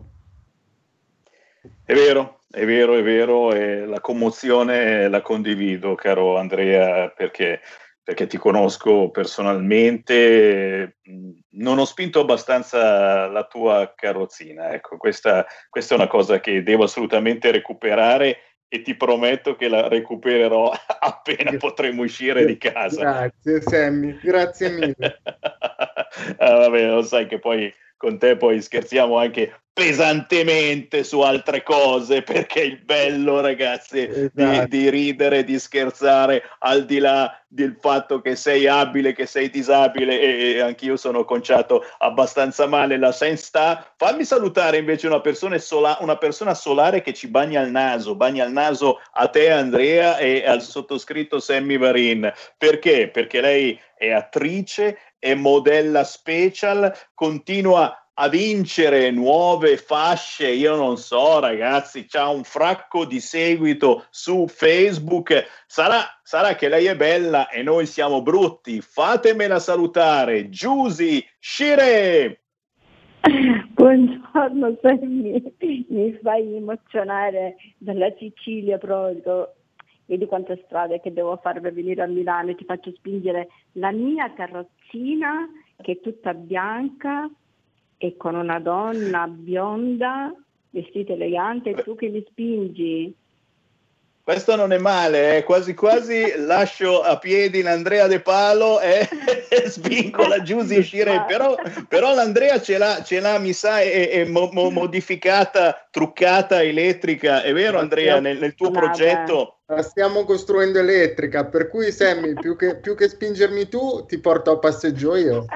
È vero, e la commozione la condivido, caro Andrea, perché ti conosco personalmente, non ho spinto abbastanza la tua carrozzina, ecco, questa è una cosa che devo assolutamente recuperare, e ti prometto che la recupererò appena potremo uscire di casa. Grazie Sammy, grazie mille. Vabbè, lo sai che poi con te poi scherziamo anche pesantemente su altre cose, perché il bello, ragazzi, di ridere, di scherzare, al di là del fatto che sei abile, che sei disabile, e anch'io sono conciato abbastanza male, la senza. Fammi salutare invece una persona solare che ci bagna il naso a te Andrea e al sottoscritto Sammy Varin. Perché? Perché lei è attrice, è modella special, continua a vincere nuove fasce, io non so ragazzi, c'ha un fracco di seguito su Facebook, sarà che lei è bella e noi siamo brutti. Fatemela salutare, Giusy Scire! Buongiorno Sammy, mi fai emozionare dalla Sicilia proprio. Vedi quante strade che devo fare per venire a Milano, e ti faccio spingere la mia carrozzina che è tutta bianca e con una donna bionda, vestita elegante, e tu che mi spingi. Questo non è male, quasi quasi lascio a piedi l'Andrea De Palo e svinco la Giusy uscire, però l'Andrea ce l'ha mi sa, è modificata, truccata, elettrica, è vero Andrea, nel tuo progetto? La stiamo costruendo elettrica, per cui Sammy, più che spingermi tu, ti porto a passeggio io.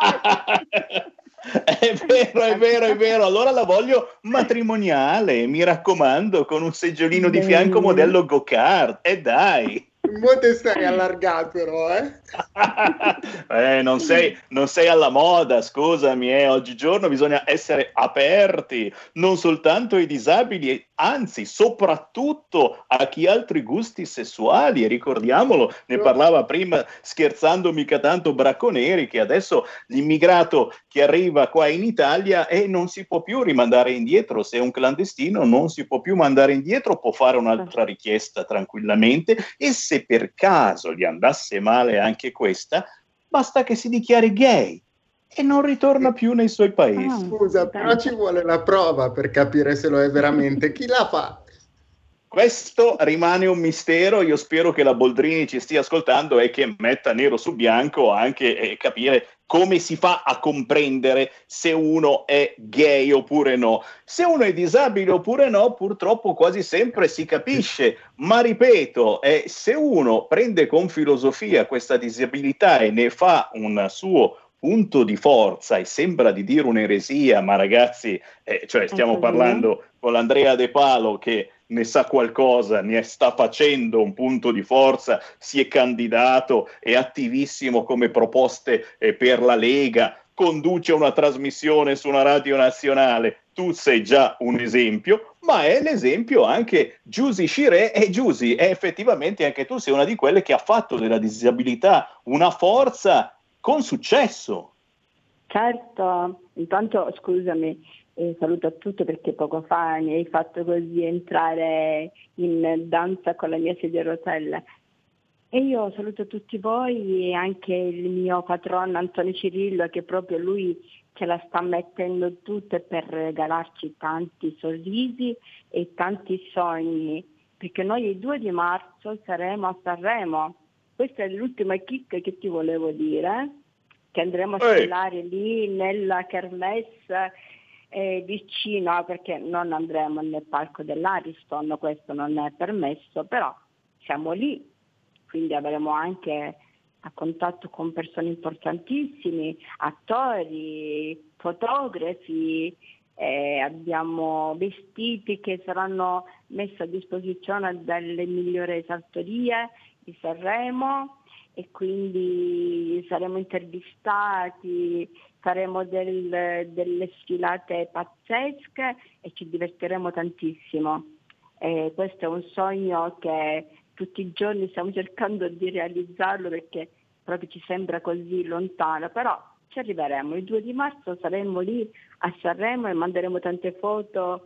È vero, allora la voglio matrimoniale, mi raccomando, con un seggiolino di fianco modello go-kart, e dai. Mo te stai allargato però, non sei alla moda, scusami, oggigiorno bisogna essere aperti, non soltanto ai disabili, anzi, soprattutto a chi ha altri gusti sessuali, e ricordiamolo, ne parlava prima scherzando mica tanto Braconeri, che adesso l'immigrato che arriva qua in Italia e non si può più rimandare indietro, se è un clandestino non si può più mandare indietro, può fare un'altra richiesta tranquillamente, e se per caso gli andasse male anche questa, basta che si dichiari gay e non ritorna più nei suoi paesi. Scusa, però ci vuole la prova per capire se lo è veramente. Chi la fa? Questo rimane un mistero. Io spero che la Boldrini ci stia ascoltando e che metta nero su bianco anche capire come si fa a comprendere se uno è gay oppure no. Se uno è disabile oppure no, purtroppo quasi sempre si capisce, ma ripeto, se uno prende con filosofia questa disabilità e ne fa un suo punto di forza, e sembra di dire un'eresia, ma ragazzi, stiamo parlando con l'Andrea De Palo che ne sa qualcosa, ne sta facendo un punto di forza, si è candidato, è attivissimo come proposte per la Lega, conduce una trasmissione su una radio nazionale. Tu sei già un esempio, ma è l'esempio anche Giusy Chiré, e Giusy, effettivamente anche tu sei una di quelle che ha fatto della disabilità una forza con successo. Certo, intanto scusami, saluto a tutti perché poco fa mi hai fatto così entrare in danza con la mia sedia a rotelle. E io saluto tutti voi e anche il mio patrono Antonio Cirillo, che proprio lui ce la sta mettendo tutta per regalarci tanti sorrisi e tanti sogni, perché noi il 2 di marzo saremo a Sanremo. Questa è l'ultima chicca che ti volevo dire, che andremo a sfilare lì nella kermesse vicino, perché non andremo nel palco dell'Ariston, questo non è permesso, però siamo lì, quindi avremo anche a contatto con persone importantissime, attori, fotografi, abbiamo vestiti che saranno messi a disposizione dalle migliori sartorie di Sanremo, e quindi saremo intervistati, faremo delle sfilate pazzesche e ci divertiremo tantissimo. Questo è un sogno che tutti i giorni stiamo cercando di realizzarlo, perché proprio ci sembra così lontano, però ci arriveremo. Il 2 di marzo saremo lì a Sanremo e manderemo tante foto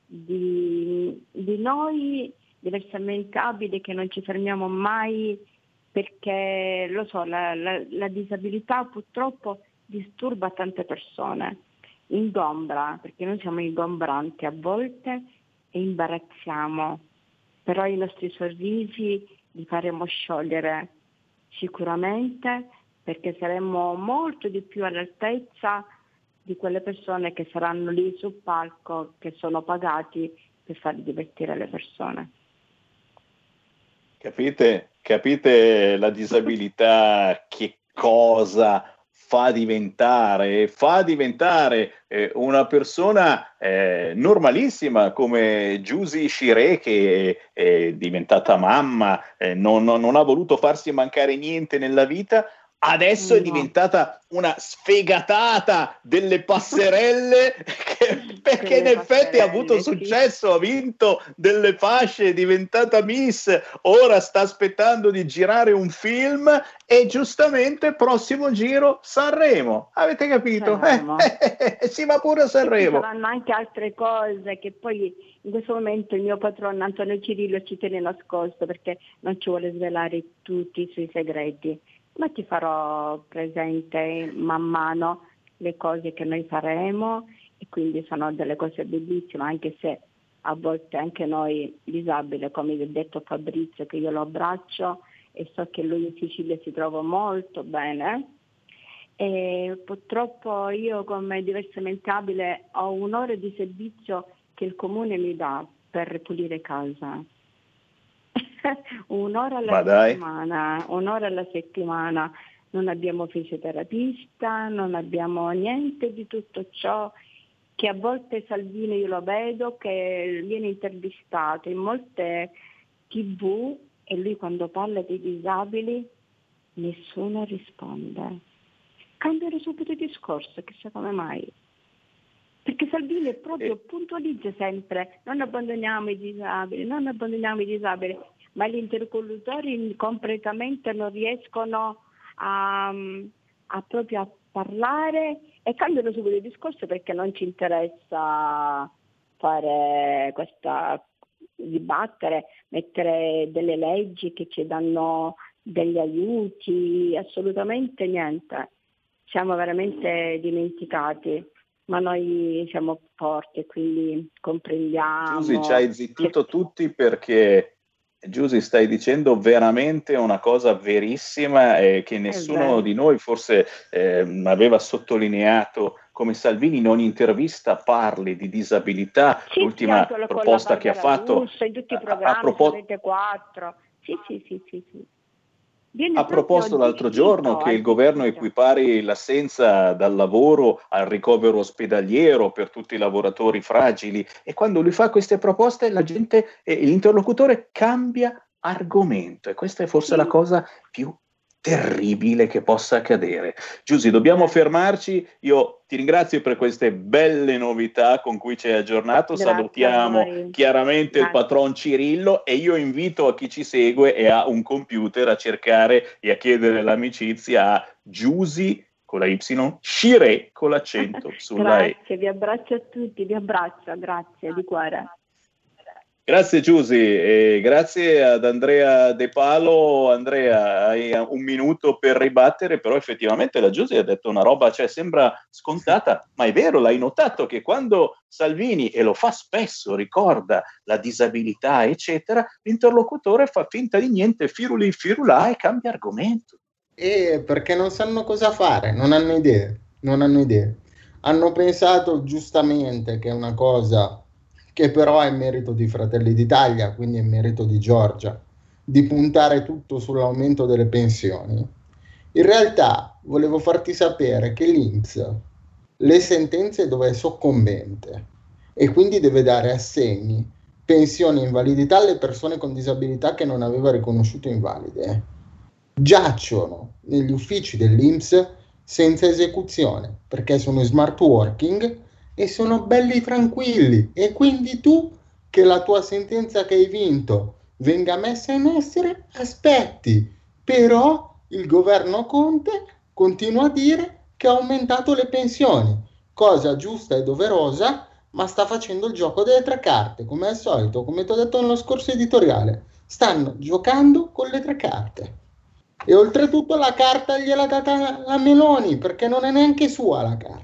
di noi diversamente abili, che non ci fermiamo mai, perché lo so, la disabilità purtroppo disturba tante persone, ingombra, perché noi siamo ingombranti a volte e imbarazziamo, però i nostri sorrisi li faremo sciogliere sicuramente, perché saremo molto di più all'altezza di quelle persone che saranno lì sul palco, che sono pagati per far divertire le persone. Capite la disabilità che cosa fa diventare? Fa diventare una persona normalissima come Giusy Chiré, che è diventata mamma, non ha voluto farsi mancare niente nella vita. Adesso è diventata una sfegatata delle passerelle, perché in effetti ha avuto successo, ha vinto delle fasce, è diventata Miss, ora sta aspettando di girare un film e giustamente prossimo giro Sanremo. Avete capito? Si va pure a Sanremo. Ci saranno anche altre cose che poi in questo momento il mio patrono Antonio Cirillo ci tiene nascosto, perché non ci vuole svelare tutti i suoi segreti. Ma ti farò presente man mano le cose che noi faremo, e quindi sono delle cose bellissime, anche se a volte anche noi disabili, come vi ho detto Fabrizio, che io lo abbraccio e so che lui in Sicilia si trova molto bene, e purtroppo io come diversamente abile ho un'ora di servizio che il comune mi dà per pulire casa. un'ora alla settimana, non abbiamo fisioterapista, non abbiamo niente di tutto ciò, che a volte Salvini io lo vedo che viene intervistato in molte TV e lui quando parla dei disabili nessuno risponde. Cambiano subito il discorso, chissà come mai. Perché Salvini proprio puntualizza sempre: non abbandoniamo i disabili, ma gli interlocutori completamente non riescono a proprio a parlare, e cambiano subito il discorso perché non ci interessa fare dibattere, mettere delle leggi che ci danno degli aiuti, assolutamente niente. Siamo veramente dimenticati. Ma noi siamo forti, quindi comprendiamo. Giusy, ci hai zittito tutti, perché Giusy stai dicendo veramente una cosa verissima, che nessuno di noi forse aveva sottolineato, come Salvini in ogni intervista parli di disabilità. Sì, l'ultima proposta che ha fatto in tutti i programmi, Rete 4. Sì. Ha proposto l'altro giorno che il governo equipari l'assenza dal lavoro al ricovero ospedaliero per tutti i lavoratori fragili, e quando lui fa queste proposte l'interlocutore cambia argomento, e questa è forse la cosa più terribile che possa accadere. Giusy, dobbiamo fermarci. Io ti ringrazio per queste belle novità con cui ci hai aggiornato. Grazie, salutiamo chiaramente il patron Cirillo, e io invito a chi ci segue e ha un computer a cercare e a chiedere l'amicizia a Giusy con la Y, Shiré con l'accento sulla E. Grazie, vi abbraccio a tutti, grazie di cuore. Grazie Giusy, e grazie ad Andrea De Palo. Andrea, hai un minuto per ribattere, però effettivamente la Giusy ha detto una roba, cioè sembra scontata, ma è vero, l'hai notato che quando Salvini, e lo fa spesso, ricorda la disabilità eccetera, l'interlocutore fa finta di niente, firuli firulà e cambia argomento. Perché non sanno cosa fare, non hanno idee. Hanno pensato giustamente che è una cosa che però è merito di Fratelli d'Italia, quindi è merito di Giorgia, di puntare tutto sull'aumento delle pensioni. In realtà volevo farti sapere che l'INPS le sentenze dove è soccombente e quindi deve dare assegni, pensioni e invalidità alle persone con disabilità che non aveva riconosciuto invalide, giacciono negli uffici dell'INPS senza esecuzione perché sono in smart working e sono belli tranquilli, e quindi tu che la tua sentenza che hai vinto venga messa in essere aspetti, però il governo Conte continua a dire che ha aumentato le pensioni, cosa giusta e doverosa, ma sta facendo il gioco delle tre carte, come al solito, come ti ho detto nello scorso editoriale, stanno giocando con le tre carte. E oltretutto la carta gliel'ha data la Meloni, perché non è neanche sua la carta.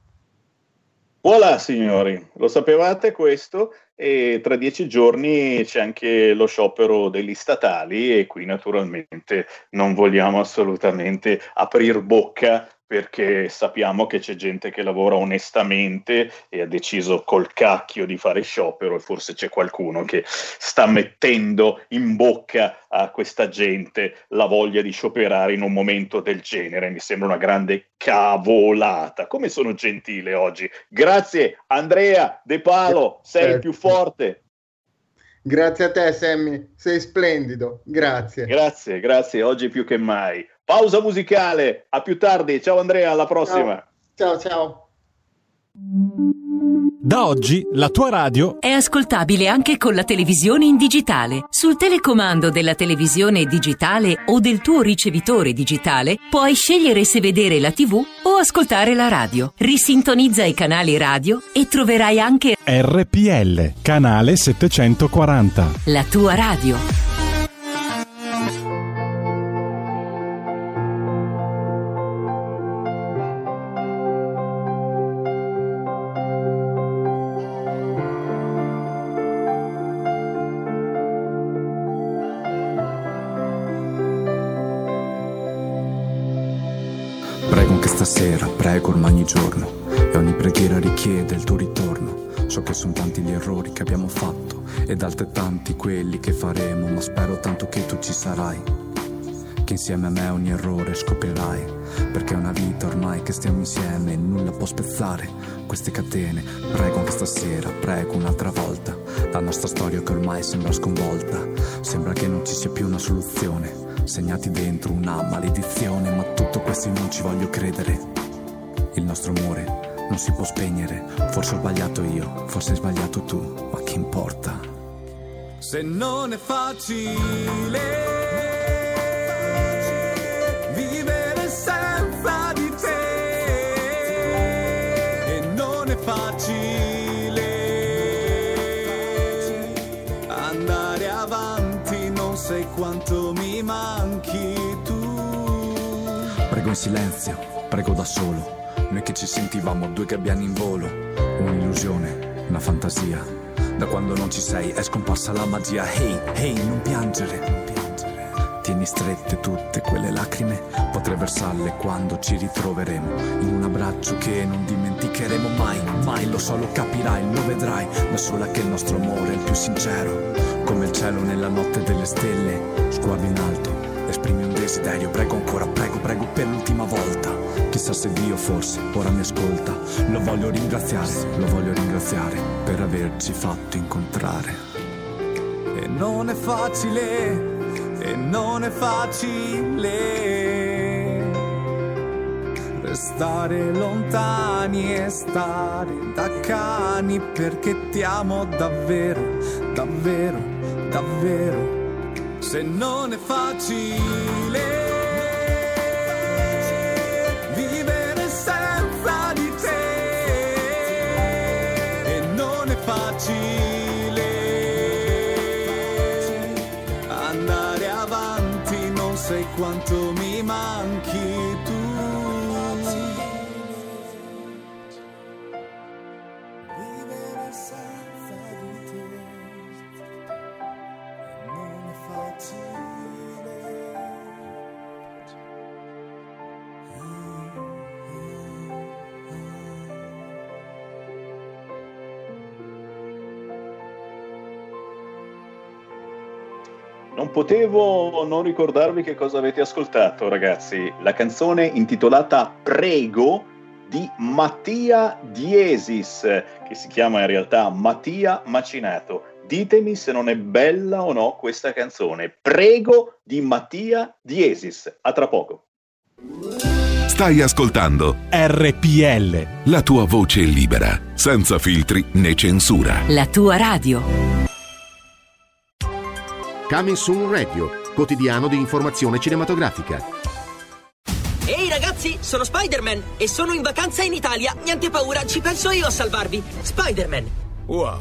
Voilà signori, lo sapevate questo? E tra 10 giorni c'è anche lo sciopero degli statali, e qui naturalmente non vogliamo assolutamente aprir bocca, perché sappiamo che c'è gente che lavora onestamente e ha deciso col cacchio di fare sciopero, e forse c'è qualcuno che sta mettendo in bocca a questa gente la voglia di scioperare in un momento del genere. Mi sembra una grande cavolata. Come sono gentile oggi. Grazie Andrea De Palo, sei il più forte. Grazie a te Sammy, sei splendido, grazie. Grazie, oggi più che mai. Pausa musicale, a più tardi, ciao Andrea, alla prossima. Ciao. Da oggi la tua radio è ascoltabile anche con la televisione in digitale. Sul telecomando della televisione digitale o del tuo ricevitore digitale puoi scegliere se vedere la TV o ascoltare la radio. Risintonizza i canali radio e troverai anche RPL, canale 740. La tua radio. Stasera prego ormai ogni giorno, e ogni preghiera richiede il tuo ritorno. So che sono tanti gli errori che abbiamo fatto ed altrettanti quelli che faremo, ma spero tanto che tu ci sarai, che insieme a me ogni errore scoprirai, perché è una vita ormai che stiamo insieme e nulla può spezzare queste catene. Prego anche stasera, prego un'altra volta, la nostra storia che ormai sembra sconvolta, sembra che non ci sia più una soluzione, segnati dentro una maledizione, ma tutto questo non ci voglio credere. Il nostro amore non si può spegnere, forse ho sbagliato io, forse hai sbagliato tu, ma che importa? Se non è facile vivere senza di te, e non è facile andare avanti, non sai quanto mi manchi tu. Prego in silenzio, prego da solo, noi che ci sentivamo due gabbiani in volo, un'illusione, una fantasia, da quando non ci sei è scomparsa la magia. Hey, non piangere, tieni strette tutte quelle lacrime, potrei versarle quando ci ritroveremo, in un abbraccio che non dimenticheremo mai, lo so, lo capirai, lo vedrai, da sola che il nostro amore è il più sincero, come il cielo nella notte delle stelle, sguardo in alto, esprimi un desiderio, prego ancora, prego per l'ultima volta, chissà se Dio forse ora mi ascolta, lo voglio ringraziare per averci fatto incontrare. E non è facile, e non è facile restare lontani e stare da cani, perché ti amo davvero, davvero, davvero. Se non è facile vivere senza di te, e non è facile andare avanti, non sai quanto mi manchi tu. Vivere senza di te, e non è facile. Non potevo non ricordarvi che cosa avete ascoltato, ragazzi. La canzone intitolata Prego di Mattia Diesis, che si chiama in realtà Mattia Macinato. Ditemi se non è bella o no questa canzone. Prego di Mattia Diesis. A tra poco. Stai ascoltando RPL, la tua voce libera, senza filtri né censura. La tua radio. Coming Soon Radio, quotidiano di informazione cinematografica. Ehi ragazzi, sono Spider-Man e sono in vacanza in Italia. Niente paura, ci penso io a salvarvi. Spider-Man. Wow.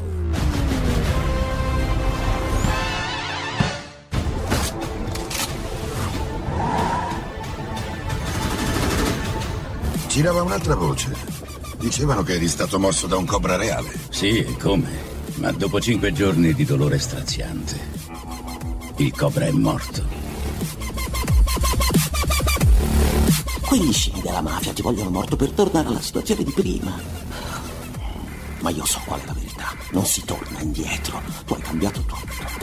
Girava un'altra voce. Dicevano che eri stato morso da un cobra reale. Sì, come? Ma dopo 5 giorni di dolore straziante, il cobra è morto. Quegli scimi della mafia ti vogliono morto per tornare alla situazione di prima. Ma io so qual è la verità. Non si torna indietro. Tu hai cambiato tutto.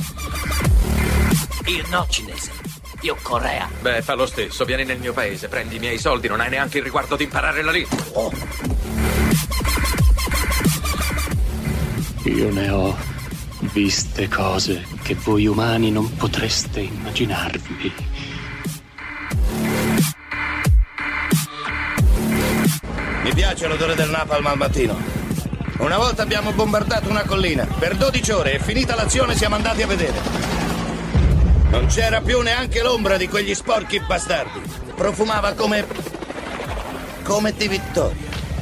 Io no, cinese. Io Corea. Beh, fa lo stesso. Vieni nel mio paese, prendi i miei soldi, non hai neanche il riguardo di imparare la lingua. Oh. Io ne ho viste cose che voi umani non potreste immaginarvi. Mi piace l'odore del napalm al mattino. Una volta abbiamo bombardato una collina. Per 12 ore e finita l'azione siamo andati a vedere. Non c'era più neanche l'ombra di quegli sporchi bastardi. Profumava come di vittoria.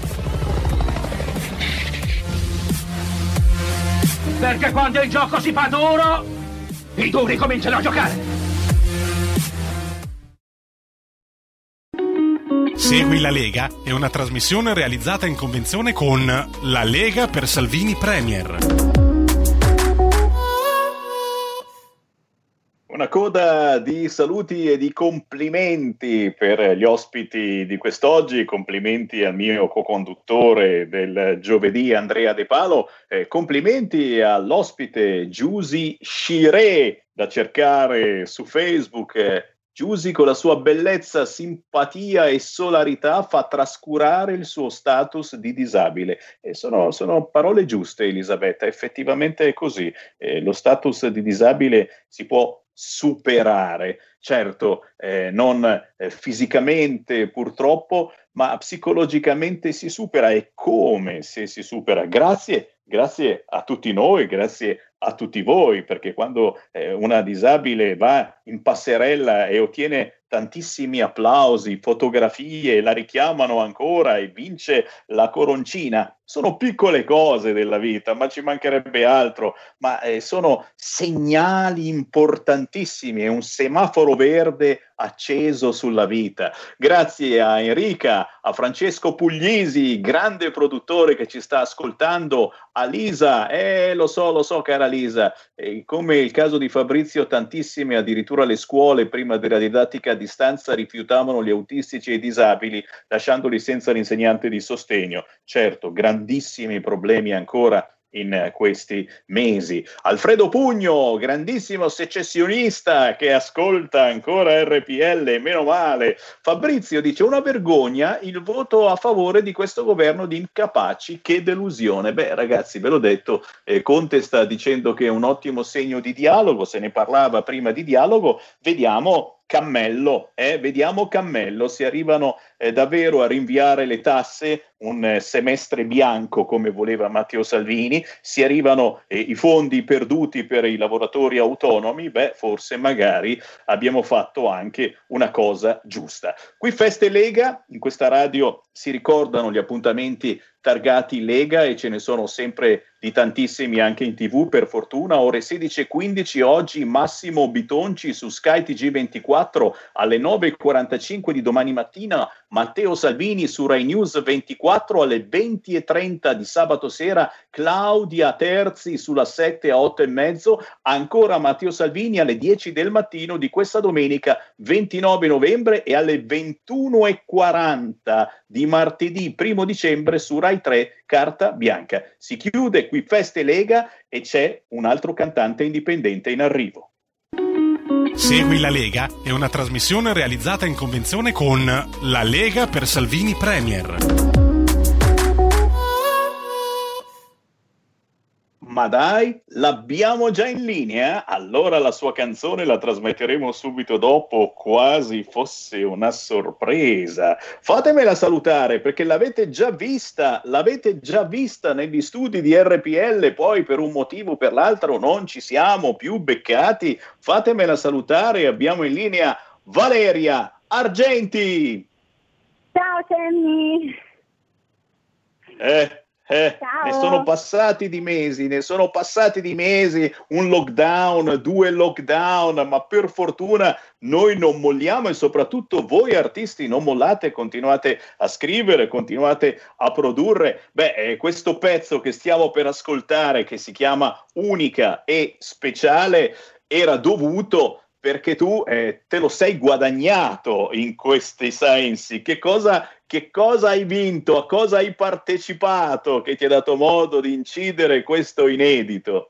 Perché quando il gioco si fa duro, i duri cominciano a giocare. Segui la Lega è una trasmissione realizzata in convenzione con La Lega per Salvini Premier. Una coda di saluti e di complimenti per gli ospiti di quest'oggi, complimenti al mio co-conduttore del giovedì Andrea De Palo, complimenti all'ospite Giusy Shiré, da cercare su Facebook. Giusy con la sua bellezza, simpatia e solarità fa trascurare il suo status di disabile. E sono parole giuste, Elisabetta, effettivamente è così. Lo status di disabile si può superare, certo, non fisicamente purtroppo, ma psicologicamente si supera. E come se si supera? Grazie a tutti noi, grazie a tutti voi, perché quando una disabile va in passerella e ottiene tantissimi applausi, fotografie, la richiamano ancora e vince la coroncina, sono piccole cose della vita, ma ci mancherebbe altro, ma sono segnali importantissimi, è un semaforo verde acceso sulla vita. Grazie a Enrica, a Francesco Puglisi, grande produttore che ci sta ascoltando, a Lisa, lo so cara Lisa, come il caso di Fabrizio, tantissime, addirittura le scuole prima della didattica a distanza rifiutavano gli autistici e i disabili, lasciandoli senza l'insegnante di sostegno. Certo, grandissimi problemi ancora in questi mesi. Alfredo Pugno, grandissimo secessionista che ascolta ancora RPL, meno male. Fabrizio dice: una vergogna il voto a favore di questo governo di incapaci, che delusione. Beh ragazzi, ve l'ho detto, Conte sta dicendo che è un ottimo segno di dialogo, se ne parlava prima di dialogo, vediamo Cammello, si arrivano davvero a rinviare le tasse, un semestre bianco come voleva Matteo Salvini, si arrivano i fondi perduti per i lavoratori autonomi, forse magari abbiamo fatto anche una cosa giusta. Qui Feste Lega, in questa radio si ricordano gli appuntamenti targati Lega e ce ne sono sempre di tantissimi anche in TV, per fortuna. Ore 16:15 oggi Massimo Bitonci su Sky TG24, alle 9:45 di domani mattina Matteo Salvini su Rai News 24, alle 20:30 di sabato sera Claudia Terzi sulla 7 a 8:30, ancora Matteo Salvini alle 10 del mattino di questa domenica 29 novembre e alle 21:40 di martedì 1 dicembre su Rai 3 Carta Bianca. Si chiude qui Feste Lega e c'è un altro cantante indipendente in arrivo. Segui la Lega è una trasmissione realizzata in convenzione con La Lega per Salvini Premier. Ma dai, l'abbiamo già in linea? Allora la sua canzone la trasmetteremo subito dopo, quasi fosse una sorpresa. Fatemela salutare perché l'avete già vista negli studi di RPL, poi per un motivo o per l'altro non ci siamo più beccati. Fatemela salutare, abbiamo in linea Valeria Argenti. Ciao Sammy. Ne sono passati di mesi, un lockdown, 2 lockdown, ma per fortuna noi non molliamo e soprattutto voi artisti non mollate, continuate a scrivere, continuate a produrre. Questo pezzo che stiamo per ascoltare, che si chiama Unica e Speciale, era dovuto perché tu te lo sei guadagnato in questi sensi. Che cosa hai vinto? A cosa hai partecipato che ti ha dato modo di incidere questo inedito?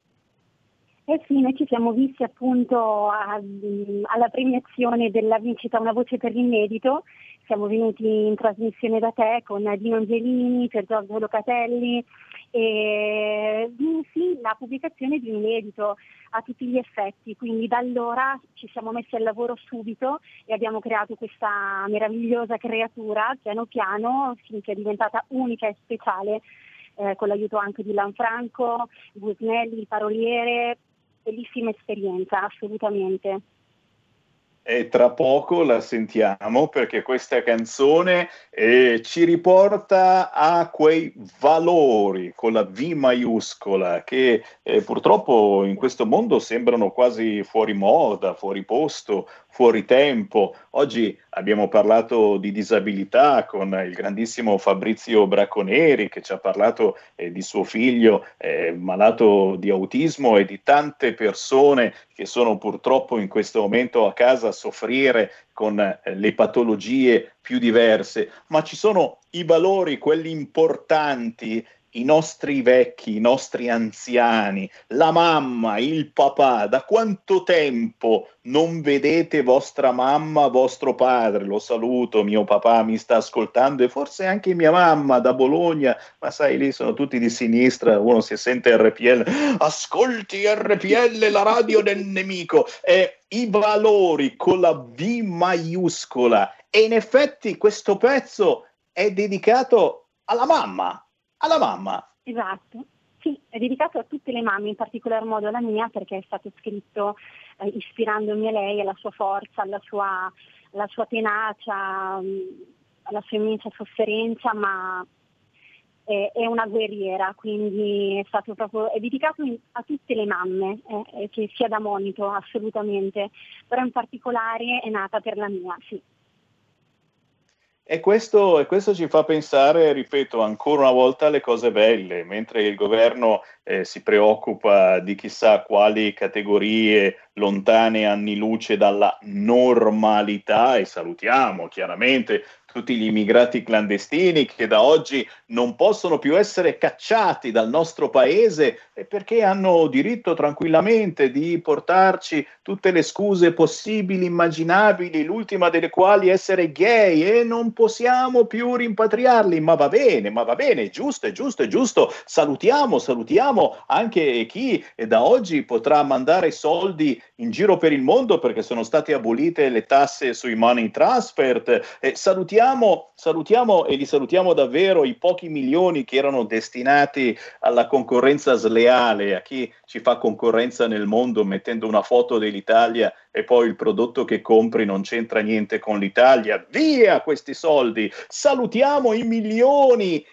Sì, noi ci siamo visti appunto alla premiazione della vincita Una voce per l'inedito. Siamo venuti in trasmissione da te con Dino Angelini, per Giorgio Locatelli, e sì, la pubblicazione di un inedito a tutti gli effetti, quindi da allora ci siamo messi al lavoro subito e abbiamo creato questa meravigliosa creatura piano piano finché è diventata unica e speciale, con l'aiuto anche di Lanfranco, Busnelli, il paroliere. Bellissima esperienza, assolutamente. E tra poco la sentiamo perché questa canzone ci riporta a quei valori con la V maiuscola che purtroppo in questo mondo sembrano quasi fuori moda, fuori posto, fuori tempo. Oggi abbiamo parlato di disabilità con il grandissimo Fabrizio Bracconeri che ci ha parlato di suo figlio malato di autismo e di tante persone che sono purtroppo in questo momento a casa a soffrire con le patologie più diverse, ma ci sono i valori, quelli importanti, i nostri vecchi, i nostri anziani, la mamma, il papà. Da quanto tempo non vedete vostra mamma, vostro padre? Lo saluto, mio papà mi sta ascoltando e forse anche mia mamma da Bologna, ma sai, lì sono tutti di sinistra, uno si sente RPL, ascolti RPL, la radio del nemico. I valori con la V maiuscola, e in effetti questo pezzo è dedicato alla mamma. Alla mamma. Esatto, sì, è dedicato a tutte le mamme, in particolar modo alla mia, perché è stato scritto ispirandomi a lei, alla sua forza, alla sua tenacia, alla sua immensa sofferenza, ma è una guerriera, quindi è dedicato a tutte le mamme, che sia da monito assolutamente, però in particolare è nata per la mia, sì. E questo ci fa pensare, ripeto, ancora una volta alle cose belle, mentre il governo si preoccupa di chissà quali categorie lontane anni luce dalla normalità, e salutiamo chiaramente tutti gli immigrati clandestini che da oggi non possono più essere cacciati dal nostro paese perché hanno diritto tranquillamente di portarci tutte le scuse possibili, immaginabili, l'ultima delle quali essere gay, e non possiamo più rimpatriarli. Ma va bene, è giusto. Salutiamo anche chi da oggi potrà mandare soldi in giro per il mondo perché sono state abolite le tasse sui money transfer. Salutiamo e li salutiamo davvero i pochi milioni che erano destinati alla concorrenza sleale, a chi ci fa concorrenza nel mondo mettendo una foto dell'Italia e poi il prodotto che compri non c'entra niente con l'Italia. Via questi soldi! Salutiamo i milioni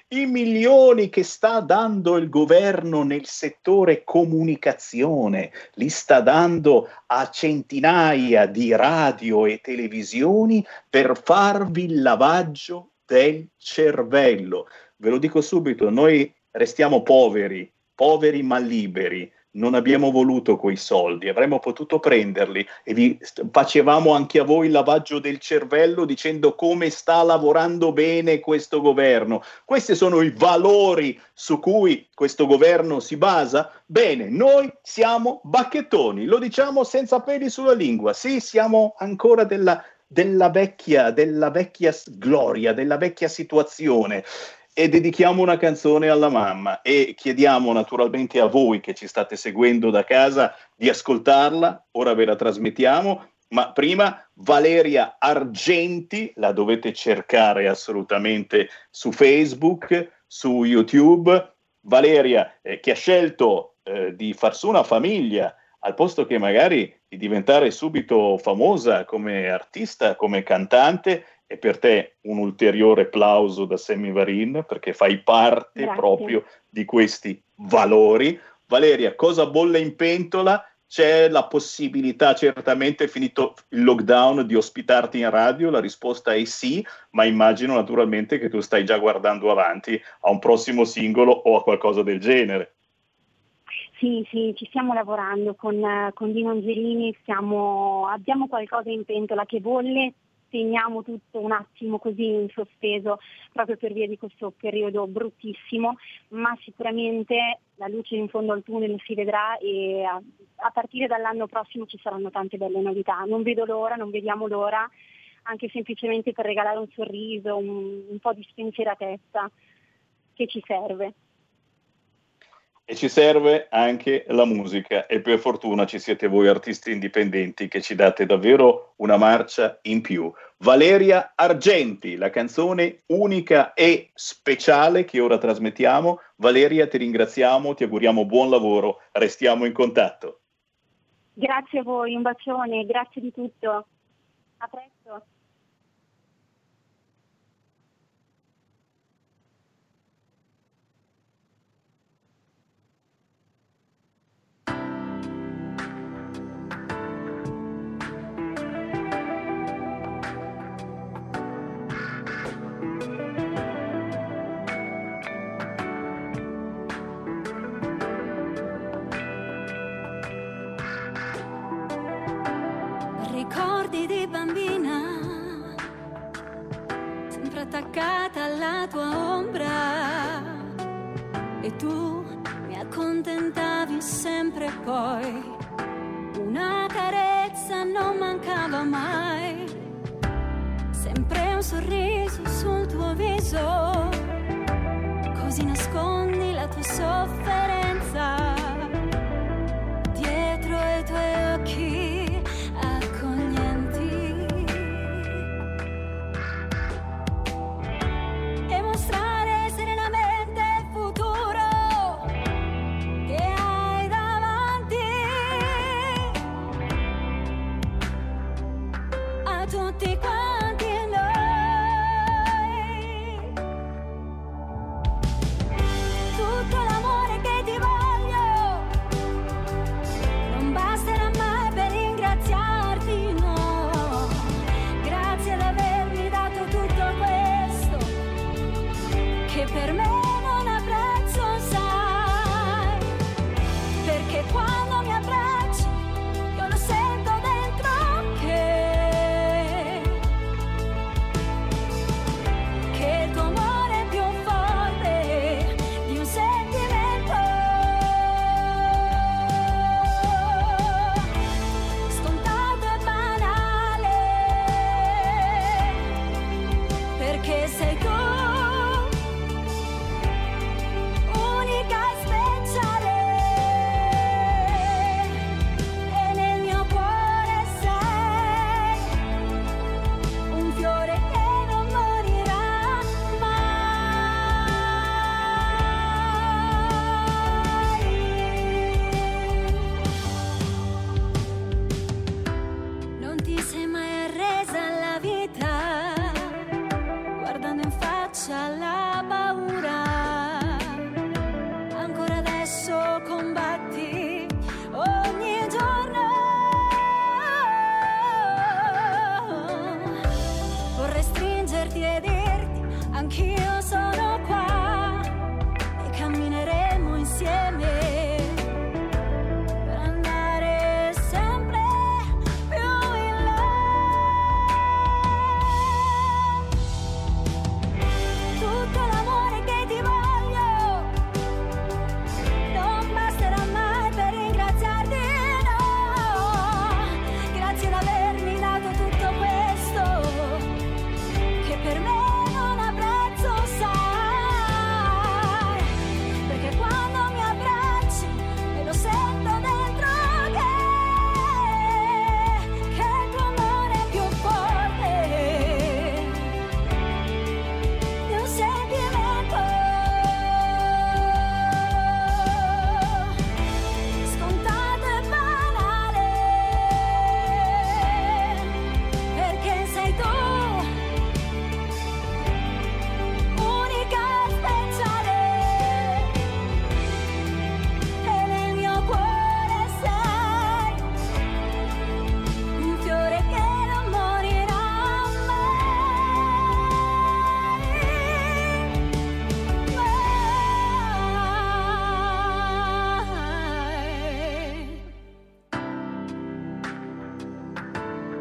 che sta dando il governo nel settore comunicazione, li sta dando a centinaia di radio e televisioni per farvi il lavaggio del cervello. Ve lo dico subito, noi restiamo poveri ma liberi. Non abbiamo voluto quei soldi, avremmo potuto prenderli e vi facevamo anche a voi il lavaggio del cervello dicendo come sta lavorando bene questo governo. Questi sono i valori su cui questo governo si basa. Bene, noi siamo bacchettoni, lo diciamo senza peli sulla lingua. Sì, siamo ancora della vecchia gloria, della vecchia situazione. E dedichiamo una canzone alla mamma e chiediamo naturalmente a voi che ci state seguendo da casa di ascoltarla. Ora ve la trasmettiamo, ma prima Valeria Argenti, la dovete cercare assolutamente su Facebook, su YouTube. Valeria che ha scelto di far su una famiglia al posto che magari di diventare subito famosa come artista, come cantante. E per te un ulteriore applauso da Sammy Varin, perché fai parte proprio di questi valori. Valeria, cosa bolle in pentola? C'è la possibilità, certamente finito il lockdown, di ospitarti in radio? La risposta è sì, ma immagino naturalmente che tu stai già guardando avanti a un prossimo singolo o a qualcosa del genere. Sì, ci stiamo lavorando con Dino Angelini, abbiamo qualcosa in pentola che bolle. Teniamo tutto un attimo così in sospeso proprio per via di questo periodo bruttissimo, ma sicuramente la luce in fondo al tunnel si vedrà e a partire dall'anno prossimo ci saranno tante belle novità. Non vediamo l'ora, anche semplicemente per regalare un sorriso, un po' di spensieratezza che ci serve. E ci serve anche la musica e per fortuna ci siete voi artisti indipendenti che ci date davvero una marcia in più. Valeria Argenti, la canzone unica e speciale che ora trasmettiamo. Valeria, ti ringraziamo, ti auguriamo buon lavoro, restiamo in contatto. Grazie a voi, un bacione, grazie di tutto. A presto. Ricordi di bambina, sempre attaccata alla tua ombra, e tu mi accontentavi sempre, poi una carezza non mancava mai, sempre un sorriso sul tuo viso, così nascondi la tua sofferenza dietro ai tuoi occhi e mostrare serenamente il futuro che hai davanti a tutti quanti noi. Tutto l'amore che ti voglio non basterà mai per ringraziarti, no. Grazie ad avermi dato tutto questo che per me non ha prezzo, sai, perché quando mi abbracci io lo sento dentro che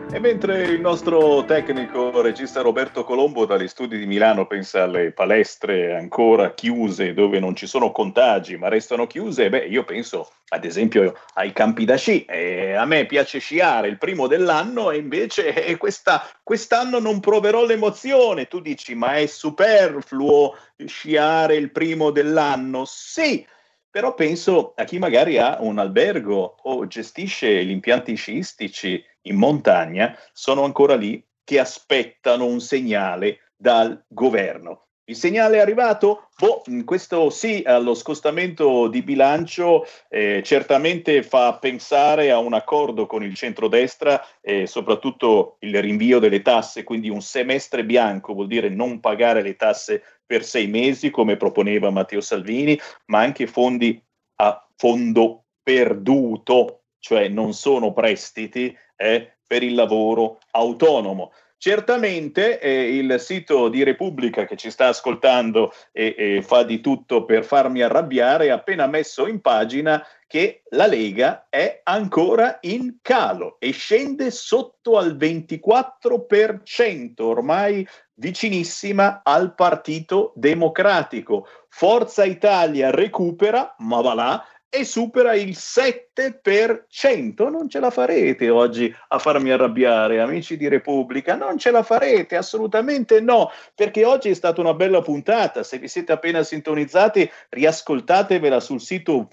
E mentre il nostro tecnico regista Roberto Colombo dagli studi di Milano pensa alle palestre ancora chiuse dove non ci sono contagi ma restano chiuse, io penso ad esempio ai campi da sci. A me piace sciare il primo dell'anno e invece quest'anno non proverò l'emozione. Tu dici, ma è superfluo sciare il primo dell'anno? Sì, però penso a chi magari ha un albergo o gestisce gli impianti sciistici in montagna, sono ancora lì che aspettano un segnale dal governo. Il segnale è arrivato? Questo sì allo scostamento di bilancio certamente fa pensare a un accordo con il centrodestra e soprattutto il rinvio delle tasse, quindi un semestre bianco vuol dire non pagare le tasse per 6 mesi come proponeva Matteo Salvini, ma anche fondi a fondo perduto, cioè non sono prestiti per il lavoro autonomo. Certamente il sito di Repubblica che ci sta ascoltando e fa di tutto per farmi arrabbiare ha appena messo in pagina che la Lega è ancora in calo e scende sotto al 24%, ormai vicinissima al Partito Democratico. Forza Italia recupera, ma va là, e supera il 7%. Non ce la farete oggi a farmi arrabbiare, amici di Repubblica, non ce la farete, assolutamente no, perché oggi è stata una bella puntata. Se vi siete appena sintonizzati, riascoltatevela sul sito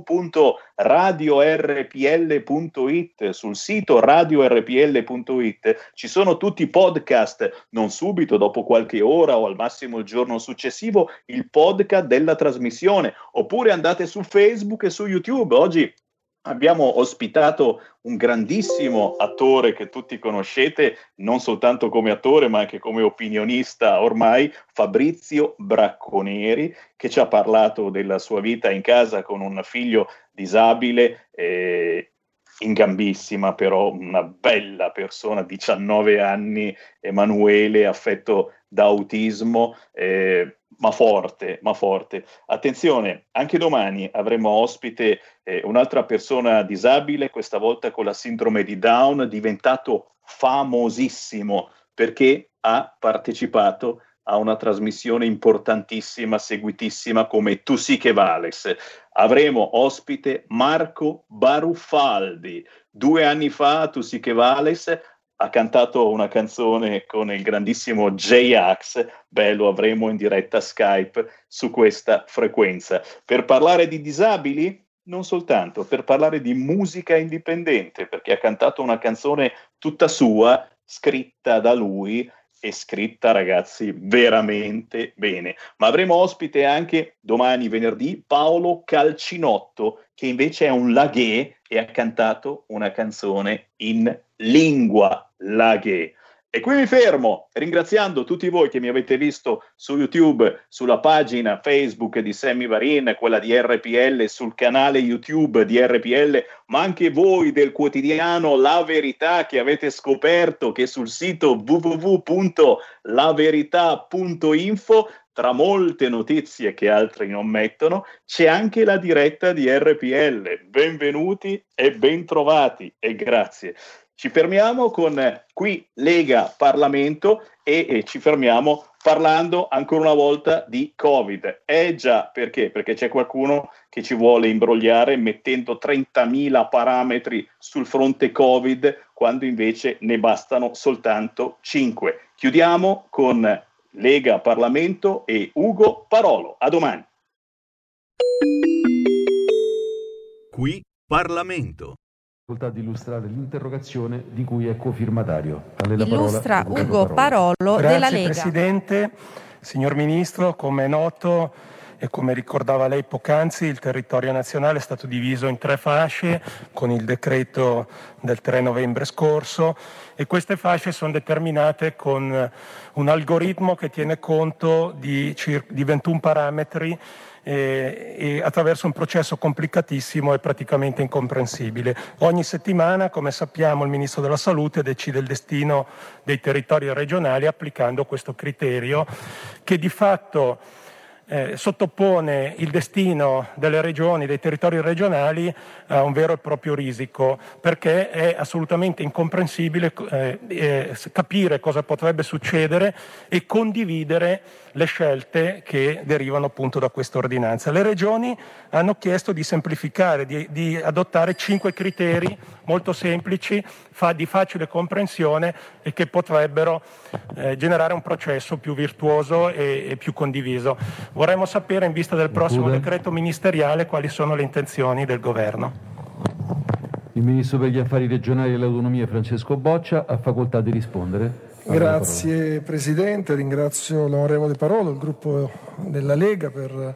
www.radiorpl.it. sul sito radiorpl.it ci sono tutti i podcast, non subito, dopo qualche ora o al massimo il giorno successivo, il podcast della trasmissione, oppure andate su Facebook e su YouTube. Oggi abbiamo ospitato un grandissimo attore che tutti conoscete, non soltanto come attore ma anche come opinionista ormai, Fabrizio Bracconeri, che ci ha parlato della sua vita in casa con un figlio disabile, in gambissima, però una bella persona, 19 anni, Emanuele, affetto da autismo, ma forte. Attenzione, anche domani avremo ospite un'altra persona disabile, questa volta con la sindrome di Down, diventato famosissimo perché ha partecipato a una trasmissione importantissima, seguitissima come Tu sì che vales. Avremo ospite Marco Baruffaldi. 2 anni fa, Tu sì che vales, ha cantato una canzone con il grandissimo J-Ax. Lo avremo in diretta Skype su questa frequenza. Per parlare di disabili? Non soltanto, per parlare di musica indipendente, perché ha cantato una canzone tutta sua, scritta da lui, e scritta, ragazzi, veramente bene. Ma avremo ospite anche domani, venerdì, Paolo Calcinotto, che invece è un laghé e ha cantato una canzone in lingua laghé. E qui mi fermo, ringraziando tutti voi che mi avete visto su YouTube, sulla pagina Facebook di Sammy Varin, quella di RPL, sul canale YouTube di RPL, ma anche voi del quotidiano La Verità, che avete scoperto che sul sito www.laverità.info, tra molte notizie che altri non mettono, c'è anche la diretta di RPL. Benvenuti e bentrovati e grazie. Ci fermiamo con qui Lega Parlamento e ci fermiamo parlando ancora una volta di Covid. Già, perché? Perché c'è qualcuno che ci vuole imbrogliare mettendo 30.000 parametri sul fronte Covid, quando invece ne bastano soltanto 5. Chiudiamo con Lega Parlamento e Ugo Parolo. A domani. Qui Parlamento. Di illustrare l'interrogazione di cui è cofirmatario. Illustra Ugo Parolo della Lega. Grazie Presidente. Signor Ministro, come è noto e come ricordava lei poc'anzi, il territorio nazionale è stato diviso in 3 fasce con il decreto del 3 novembre scorso, e queste fasce sono determinate con un algoritmo che tiene conto di 21 parametri e attraverso un processo complicatissimo e praticamente incomprensibile. Ogni settimana, come sappiamo, il Ministro della Salute decide il destino dei territori regionali applicando questo criterio, che di fatto sottopone il destino delle regioni, dei territori regionali a un vero e proprio risico, perché è assolutamente incomprensibile capire cosa potrebbe succedere e condividere le scelte che derivano appunto da questa ordinanza. Le regioni hanno chiesto di semplificare, di adottare 5 criteri molto semplici, di facile comprensione e che potrebbero generare un processo più virtuoso e più condiviso. Vorremmo sapere, in vista del prossimo decreto ministeriale, quali sono le intenzioni del Governo. Il Ministro per gli Affari Regionali e l'Autonomia, Francesco Boccia, ha facoltà di rispondere. Grazie Presidente, ringrazio l'onorevole Parolo, il gruppo della Lega per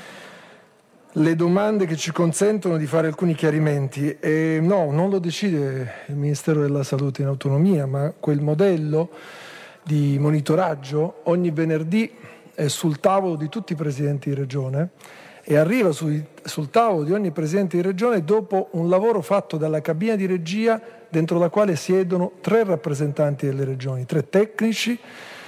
le domande che ci consentono di fare alcuni chiarimenti. No, non lo decide il Ministero della Salute in autonomia, ma quel modello di monitoraggio ogni venerdì è sul tavolo di tutti i presidenti di regione e arriva sul tavolo di ogni presidente di regione dopo un lavoro fatto dalla cabina di regia dentro la quale siedono 3 rappresentanti delle regioni, 3 tecnici,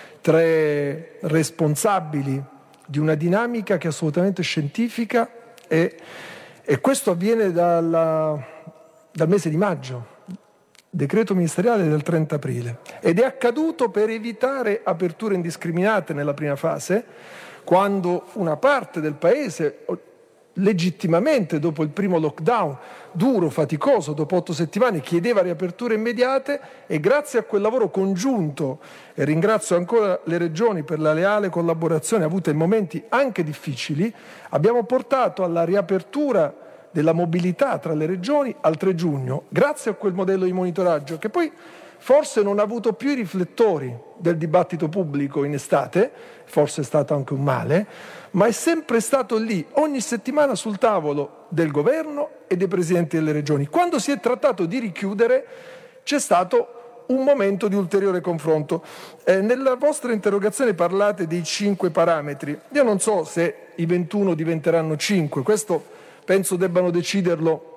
3 responsabili di una dinamica che è assolutamente scientifica e questo avviene dal mese di maggio, decreto ministeriale del 30 aprile, ed è accaduto per evitare aperture indiscriminate nella prima fase, quando una parte del Paese legittimamente dopo il primo lockdown duro, faticoso, dopo 8 settimane chiedeva riaperture immediate, e grazie a quel lavoro congiunto, e ringrazio ancora le regioni per la leale collaborazione avuta in momenti anche difficili, abbiamo portato alla riapertura della mobilità tra le regioni al 3 giugno, grazie a quel modello di monitoraggio che poi forse non ha avuto più i riflettori del dibattito pubblico in estate, forse è stato anche un male, ma è sempre stato lì, ogni settimana sul tavolo del governo e dei presidenti delle regioni. Quando si è trattato di richiudere c'è stato un momento di ulteriore confronto. Nella vostra interrogazione parlate dei 5 parametri. Io non so se i 21 diventeranno 5, questo penso debbano deciderlo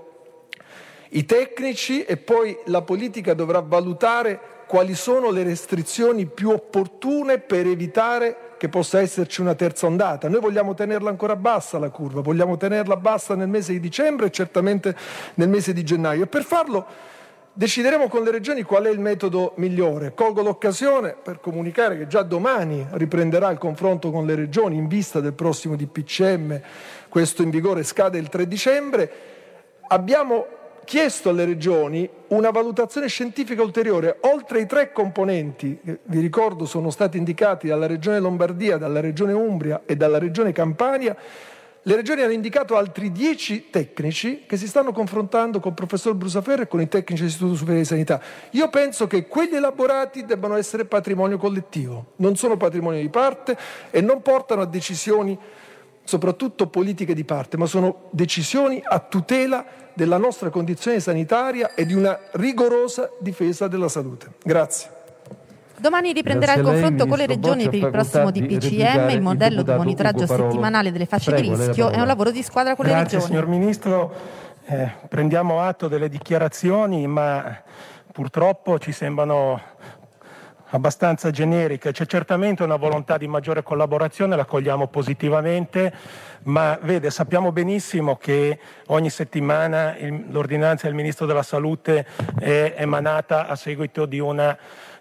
i tecnici e poi la politica dovrà valutare quali sono le restrizioni più opportune per evitare che possa esserci una terza ondata. Noi vogliamo tenerla ancora bassa la curva, vogliamo tenerla bassa nel mese di dicembre e certamente nel mese di gennaio. E per farlo decideremo con le regioni qual è il metodo migliore. Colgo l'occasione per comunicare che già domani riprenderà il confronto con le regioni in vista del prossimo DPCM, questo in vigore scade il 3 dicembre. Abbiamo chiesto alle regioni una valutazione scientifica ulteriore, oltre i 3 componenti che vi ricordo sono stati indicati dalla Regione Lombardia, dalla Regione Umbria e dalla Regione Campania. Le regioni hanno indicato altri 10 tecnici che si stanno confrontando col professor Brusaferro e con i tecnici dell'Istituto Superiore di Sanità. Io penso che quegli elaborati debbano essere patrimonio collettivo, non sono patrimonio di parte e non portano a decisioni soprattutto politiche di parte, ma sono decisioni a tutela della nostra condizione sanitaria e di una rigorosa difesa della salute. Grazie. Domani riprenderà il confronto con le regioni per il prossimo DPCM, il modello di monitoraggio settimanale delle fasce di rischio è un lavoro di squadra con le regioni. Grazie signor Ministro, prendiamo atto delle dichiarazioni, ma purtroppo ci sembrano abbastanza generiche. C'è certamente una volontà di maggiore collaborazione, la cogliamo positivamente, ma vede, sappiamo benissimo che ogni settimana l'ordinanza del Ministro della Salute è emanata a seguito di una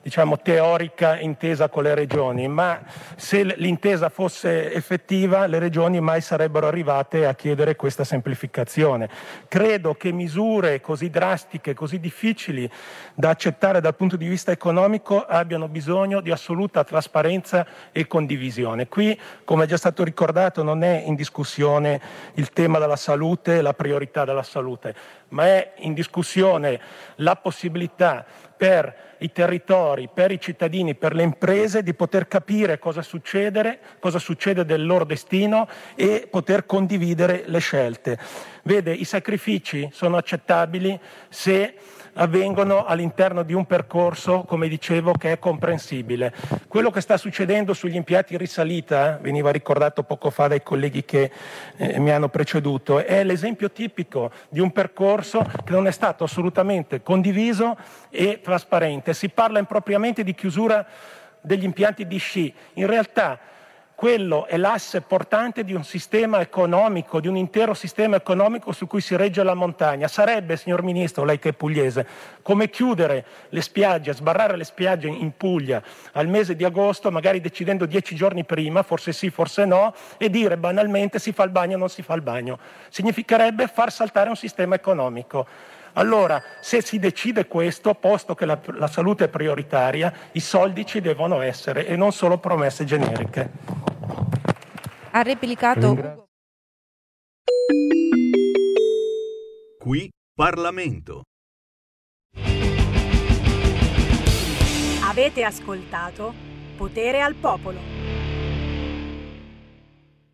teorica intesa con le regioni, ma se l'intesa fosse effettiva le regioni mai sarebbero arrivate a chiedere questa semplificazione. Credo che misure così drastiche, così difficili da accettare dal punto di vista economico abbiano bisogno di assoluta trasparenza e condivisione. Qui, come è già stato ricordato, non è in discussione il tema della salute e la priorità della salute, ma è in discussione la possibilità per i territori, per i cittadini, per le imprese di poter capire cosa succede del loro destino e poter condividere le scelte. Vede, i sacrifici sono accettabili se avvengono all'interno di un percorso, come dicevo, che è comprensibile. Quello che sta succedendo sugli impianti in risalita, veniva ricordato poco fa dai colleghi che mi hanno preceduto, è l'esempio tipico di un percorso che non è stato assolutamente condiviso e trasparente. Si parla impropriamente di chiusura degli impianti di sci. In realtà quello è l'asse portante di un sistema economico, di un intero sistema economico su cui si regge la montagna. Sarebbe, signor Ministro, lei che è pugliese, come chiudere le spiagge, sbarrare le spiagge in Puglia al mese di agosto, magari decidendo 10 giorni prima, forse sì, forse no, e dire banalmente si fa il bagno o non si fa il bagno. Significherebbe far saltare un sistema economico. Allora, se si decide questo, posto che la salute è prioritaria, i soldi ci devono essere e non solo promesse generiche. Ha replicato. Qui Parlamento. Avete ascoltato Potere al Popolo.